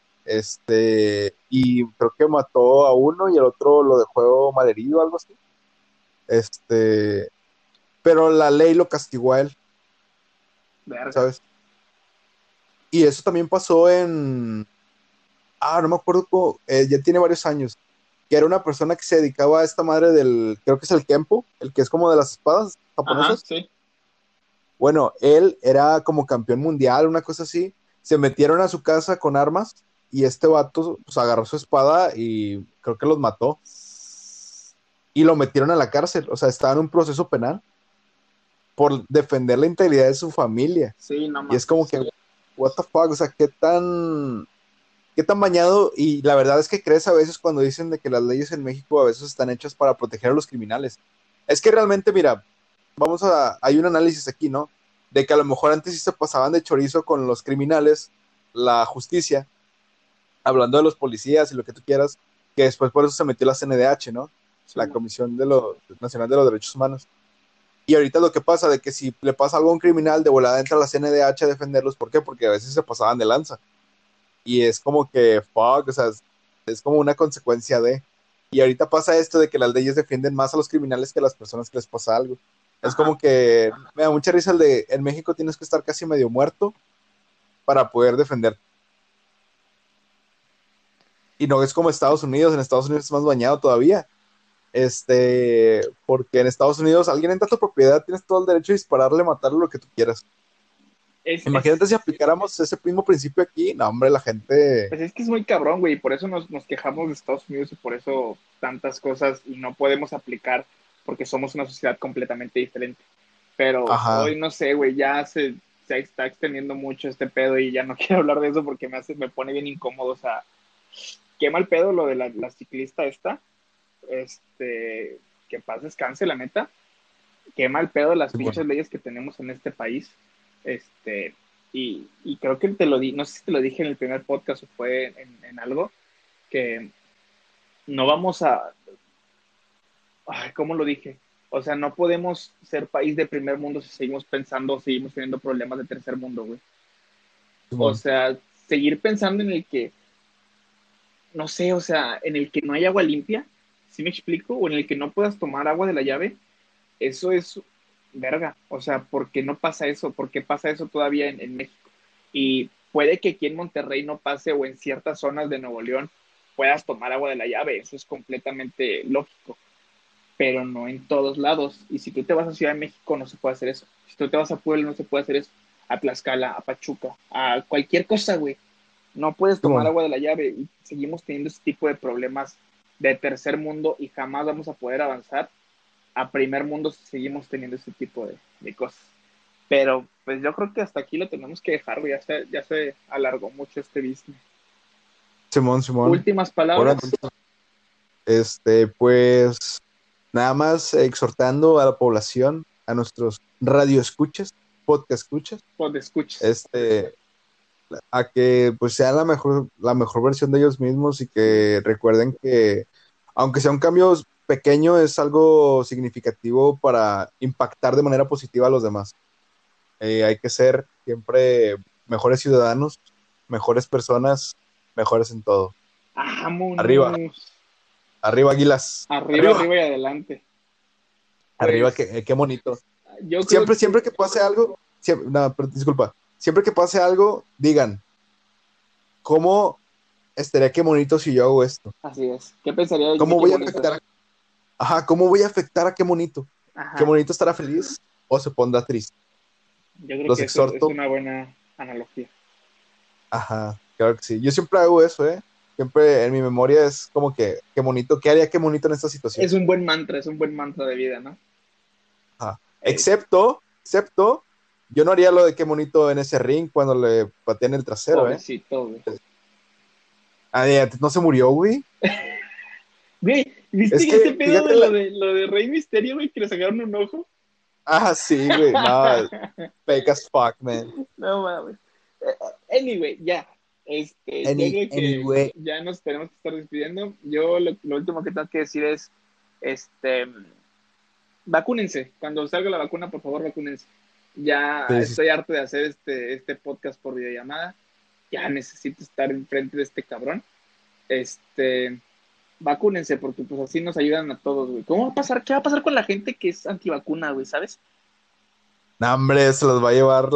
Speaker 2: Y creo que mató a uno y el otro lo dejó malherido, algo así. Este, pero la ley lo castigó a él,
Speaker 1: Verga.
Speaker 2: ¿sabes? Y eso también pasó no me acuerdo cómo, ya tiene varios años, que era una persona que se dedicaba a esta madre creo que es el Kempo, el que es como de las espadas
Speaker 1: Ajá,
Speaker 2: japonesas.
Speaker 1: sí.
Speaker 2: Bueno, él era como campeón mundial, una cosa así. Se metieron a su casa con armas y este vato pues agarró su espada y creo que los mató y lo metieron a la cárcel. O sea, estaba en un proceso penal por defender la integridad de su familia.
Speaker 1: Sí, no
Speaker 2: Y es como
Speaker 1: mames.
Speaker 2: que, what the fuck, o sea, qué tan bañado, y la verdad es que crees a veces cuando dicen de que las leyes en México a veces están hechas para proteger a los criminales. Es que realmente, mira, hay un análisis aquí, ¿no? De que a lo mejor antes sí se pasaban de chorizo con los criminales, la justicia, hablando de los policías y lo que tú quieras, que después por eso se metió la CNDH, ¿no?
Speaker 1: Sí,
Speaker 2: La
Speaker 1: mo.
Speaker 2: Comisión Nacional de los Derechos Humanos. Y ahorita lo que pasa de que si le pasa algo a un criminal, de volada entra la CNDH a defenderlos. ¿Por qué? Porque a veces se pasaban de lanza. Y es como que, fuck, o sea, es como una consecuencia de. Y ahorita pasa esto de que las leyes defienden más a los criminales que a las personas que les pasa algo. Es
Speaker 1: Ajá.
Speaker 2: como que me da mucha risa en México tienes que estar casi medio muerto para poder defender. Y no es como en Estados Unidos es más bañado todavía. Porque en Estados Unidos alguien entra a tu propiedad, tienes todo el derecho de dispararle, matarle, lo que tú quieras.
Speaker 1: Es,
Speaker 2: Imagínate si aplicáramos ese mismo principio aquí, no, hombre, la gente.
Speaker 1: pues es que es muy cabrón, güey, y por eso nos quejamos de Estados Unidos y por eso tantas cosas y no podemos aplicar porque somos una sociedad completamente diferente. Pero
Speaker 2: Ajá,
Speaker 1: hoy no sé, güey, ya se está extendiendo mucho este pedo y ya no quiero hablar de eso porque me pone bien incómodo. O sea, qué mal pedo lo de la ciclista esta. Que paz descanse, la neta. Qué mal pedo las
Speaker 2: sí, bueno.
Speaker 1: pinches leyes que tenemos en este país. Este, y creo que no sé si te lo dije en el primer podcast o fue en algo, que no vamos a, ay, ¿cómo lo dije? O sea, no podemos ser país de primer mundo si seguimos pensando, seguimos teniendo problemas de tercer mundo, güey. O
Speaker 2: Simón.
Speaker 1: sea, seguir pensando en el que, no sé, o sea, en el que no hay agua limpia, ¿sí me explico? O en el que no puedas tomar agua de la llave, eso es verga. O sea, ¿por qué no pasa eso? ¿Por qué pasa eso todavía en México? Y puede que aquí en Monterrey no pase o en ciertas zonas de Nuevo León puedas tomar agua de la llave, eso es completamente lógico, pero no en todos lados. Y si tú te vas a Ciudad de México, no se puede hacer eso. Si tú te vas a Puebla, no se puede hacer eso. A Tlaxcala, a Pachuca, a cualquier cosa, güey. No puedes tomar
Speaker 2: Simón,
Speaker 1: agua de la llave y seguimos teniendo ese tipo de problemas de tercer mundo y jamás vamos a poder avanzar a primer mundo si seguimos teniendo ese tipo de cosas. Pero pues yo creo que hasta aquí lo tenemos que dejar, güey. Ya se alargó mucho este business.
Speaker 2: Simón, Simón.
Speaker 1: Últimas
Speaker 2: Bueno,
Speaker 1: palabras,
Speaker 2: entonces, pues nada más exhortando a la población, a nuestros radioescuchas, podcast escuchas,
Speaker 1: pues escuches.
Speaker 2: este, a que pues sean la mejor versión de ellos mismos y que recuerden que aunque sea un cambio pequeño, es algo significativo para impactar de manera positiva a los demás. Hay que ser siempre mejores ciudadanos, mejores personas, mejores en todo. Arriba,
Speaker 1: Vámonos.
Speaker 2: arriba, Águilas.
Speaker 1: Arriba,
Speaker 2: Arriba,
Speaker 1: arriba y adelante.
Speaker 2: arriba,
Speaker 1: Pues
Speaker 2: qué bonito.
Speaker 1: yo creo
Speaker 2: Siempre que pase algo, no, disculpa, siempre que pase algo, digan, ¿cómo estaría qué bonito si yo hago esto?
Speaker 1: así es. ¿Qué pensaría de
Speaker 2: ¿Cómo
Speaker 1: qué
Speaker 2: voy a
Speaker 1: bonito?
Speaker 2: afectar? Ajá, ¿cómo voy a afectar a qué bonito? ¿Qué
Speaker 1: Ajá.
Speaker 2: bonito estará feliz o se pondrá triste?
Speaker 1: Yo creo
Speaker 2: Los
Speaker 1: que eso es
Speaker 2: exhorto.
Speaker 1: una buena analogía.
Speaker 2: Ajá, claro que sí. Yo siempre hago eso, ¿eh? Siempre en mi memoria es como que, qué bonito, ¿qué haría qué bonito en esta situación?
Speaker 1: Es un buen mantra de vida, ¿no?
Speaker 2: Ajá.
Speaker 1: Es
Speaker 2: Excepto, yo no haría lo de qué bonito en ese ring cuando le patean el trasero, ¿eh?
Speaker 1: pobrecito, güey.
Speaker 2: Ay, no se murió, güey.
Speaker 1: Güey,
Speaker 2: Es
Speaker 1: ¿viste ese
Speaker 2: que,
Speaker 1: pedo
Speaker 2: fíjate,
Speaker 1: de lo de Rey Misterio, güey, que le sacaron un ojo?
Speaker 2: sí, güey, no, fake as fuck, man.
Speaker 1: No mames. Anyway, ya. Yo creo que
Speaker 2: Anyway,
Speaker 1: ya nos tenemos que estar despidiendo. Yo lo último que tengo que decir es, este, vacúnense. Cuando salga la vacuna, por favor, vacúnense. Ya
Speaker 2: sí, sí,
Speaker 1: estoy harto de hacer este podcast por videollamada. Ya necesito estar enfrente de este cabrón. Este, vacúnense porque pues así nos ayudan a todos, güey. ¿Cómo va a pasar? ¿Qué va a pasar con la gente que es antivacuna, güey? ¿Sabes?
Speaker 2: no, hombre, se los va a llevar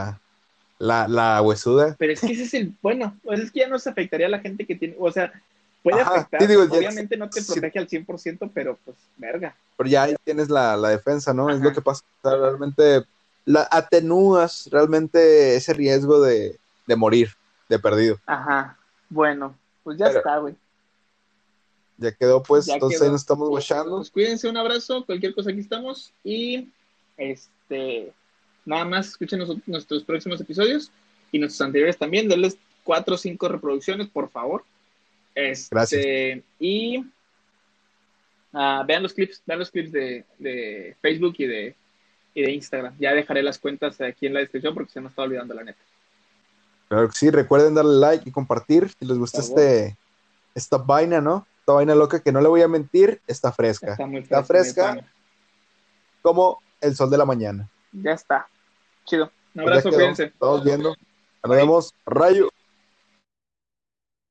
Speaker 2: la huesuda.
Speaker 1: Pero es que ese es el, bueno, pues es que ya no se afectaría a la gente que tiene, o sea, puede
Speaker 2: Ajá, sí,
Speaker 1: afectar,
Speaker 2: digo, ya,
Speaker 1: obviamente no te
Speaker 2: sí,
Speaker 1: protege al 100%, pero pues, verga.
Speaker 2: pero ya ahí tienes la defensa, ¿no? Es lo
Speaker 1: Ajá,
Speaker 2: que pasa. O sea, realmente atenúas realmente ese riesgo de morir, de perdido.
Speaker 1: ajá. Bueno, pues ya
Speaker 2: Pero
Speaker 1: está, güey.
Speaker 2: ya quedó, pues,
Speaker 1: Ya
Speaker 2: entonces ahí
Speaker 1: quedó.
Speaker 2: nos estamos guachando.
Speaker 1: Pues cuídense, un abrazo, cualquier cosa aquí estamos y nada más escuchen nuestros próximos episodios y nuestros anteriores también, denles 4 o 5 reproducciones, por favor.
Speaker 2: Gracias.
Speaker 1: Y vean los clips de Facebook y de Instagram. Ya dejaré las cuentas aquí en la descripción porque se me está olvidando la neta.
Speaker 2: Claro que sí, recuerden darle like y compartir si les gusta
Speaker 1: Por favor.
Speaker 2: esta vaina, ¿no? Esta vaina loca que no le voy a mentir, está fresca.
Speaker 1: Está muy
Speaker 2: Está
Speaker 1: fresca, mi
Speaker 2: fresca
Speaker 1: pana.
Speaker 2: como el sol de la mañana.
Speaker 1: Ya está. Chido. Un
Speaker 2: Pues ya
Speaker 1: abrazo,
Speaker 2: quedó.
Speaker 1: cuídense.
Speaker 2: Estamos viendo. Nos
Speaker 1: Bye.
Speaker 2: vemos. Rayo.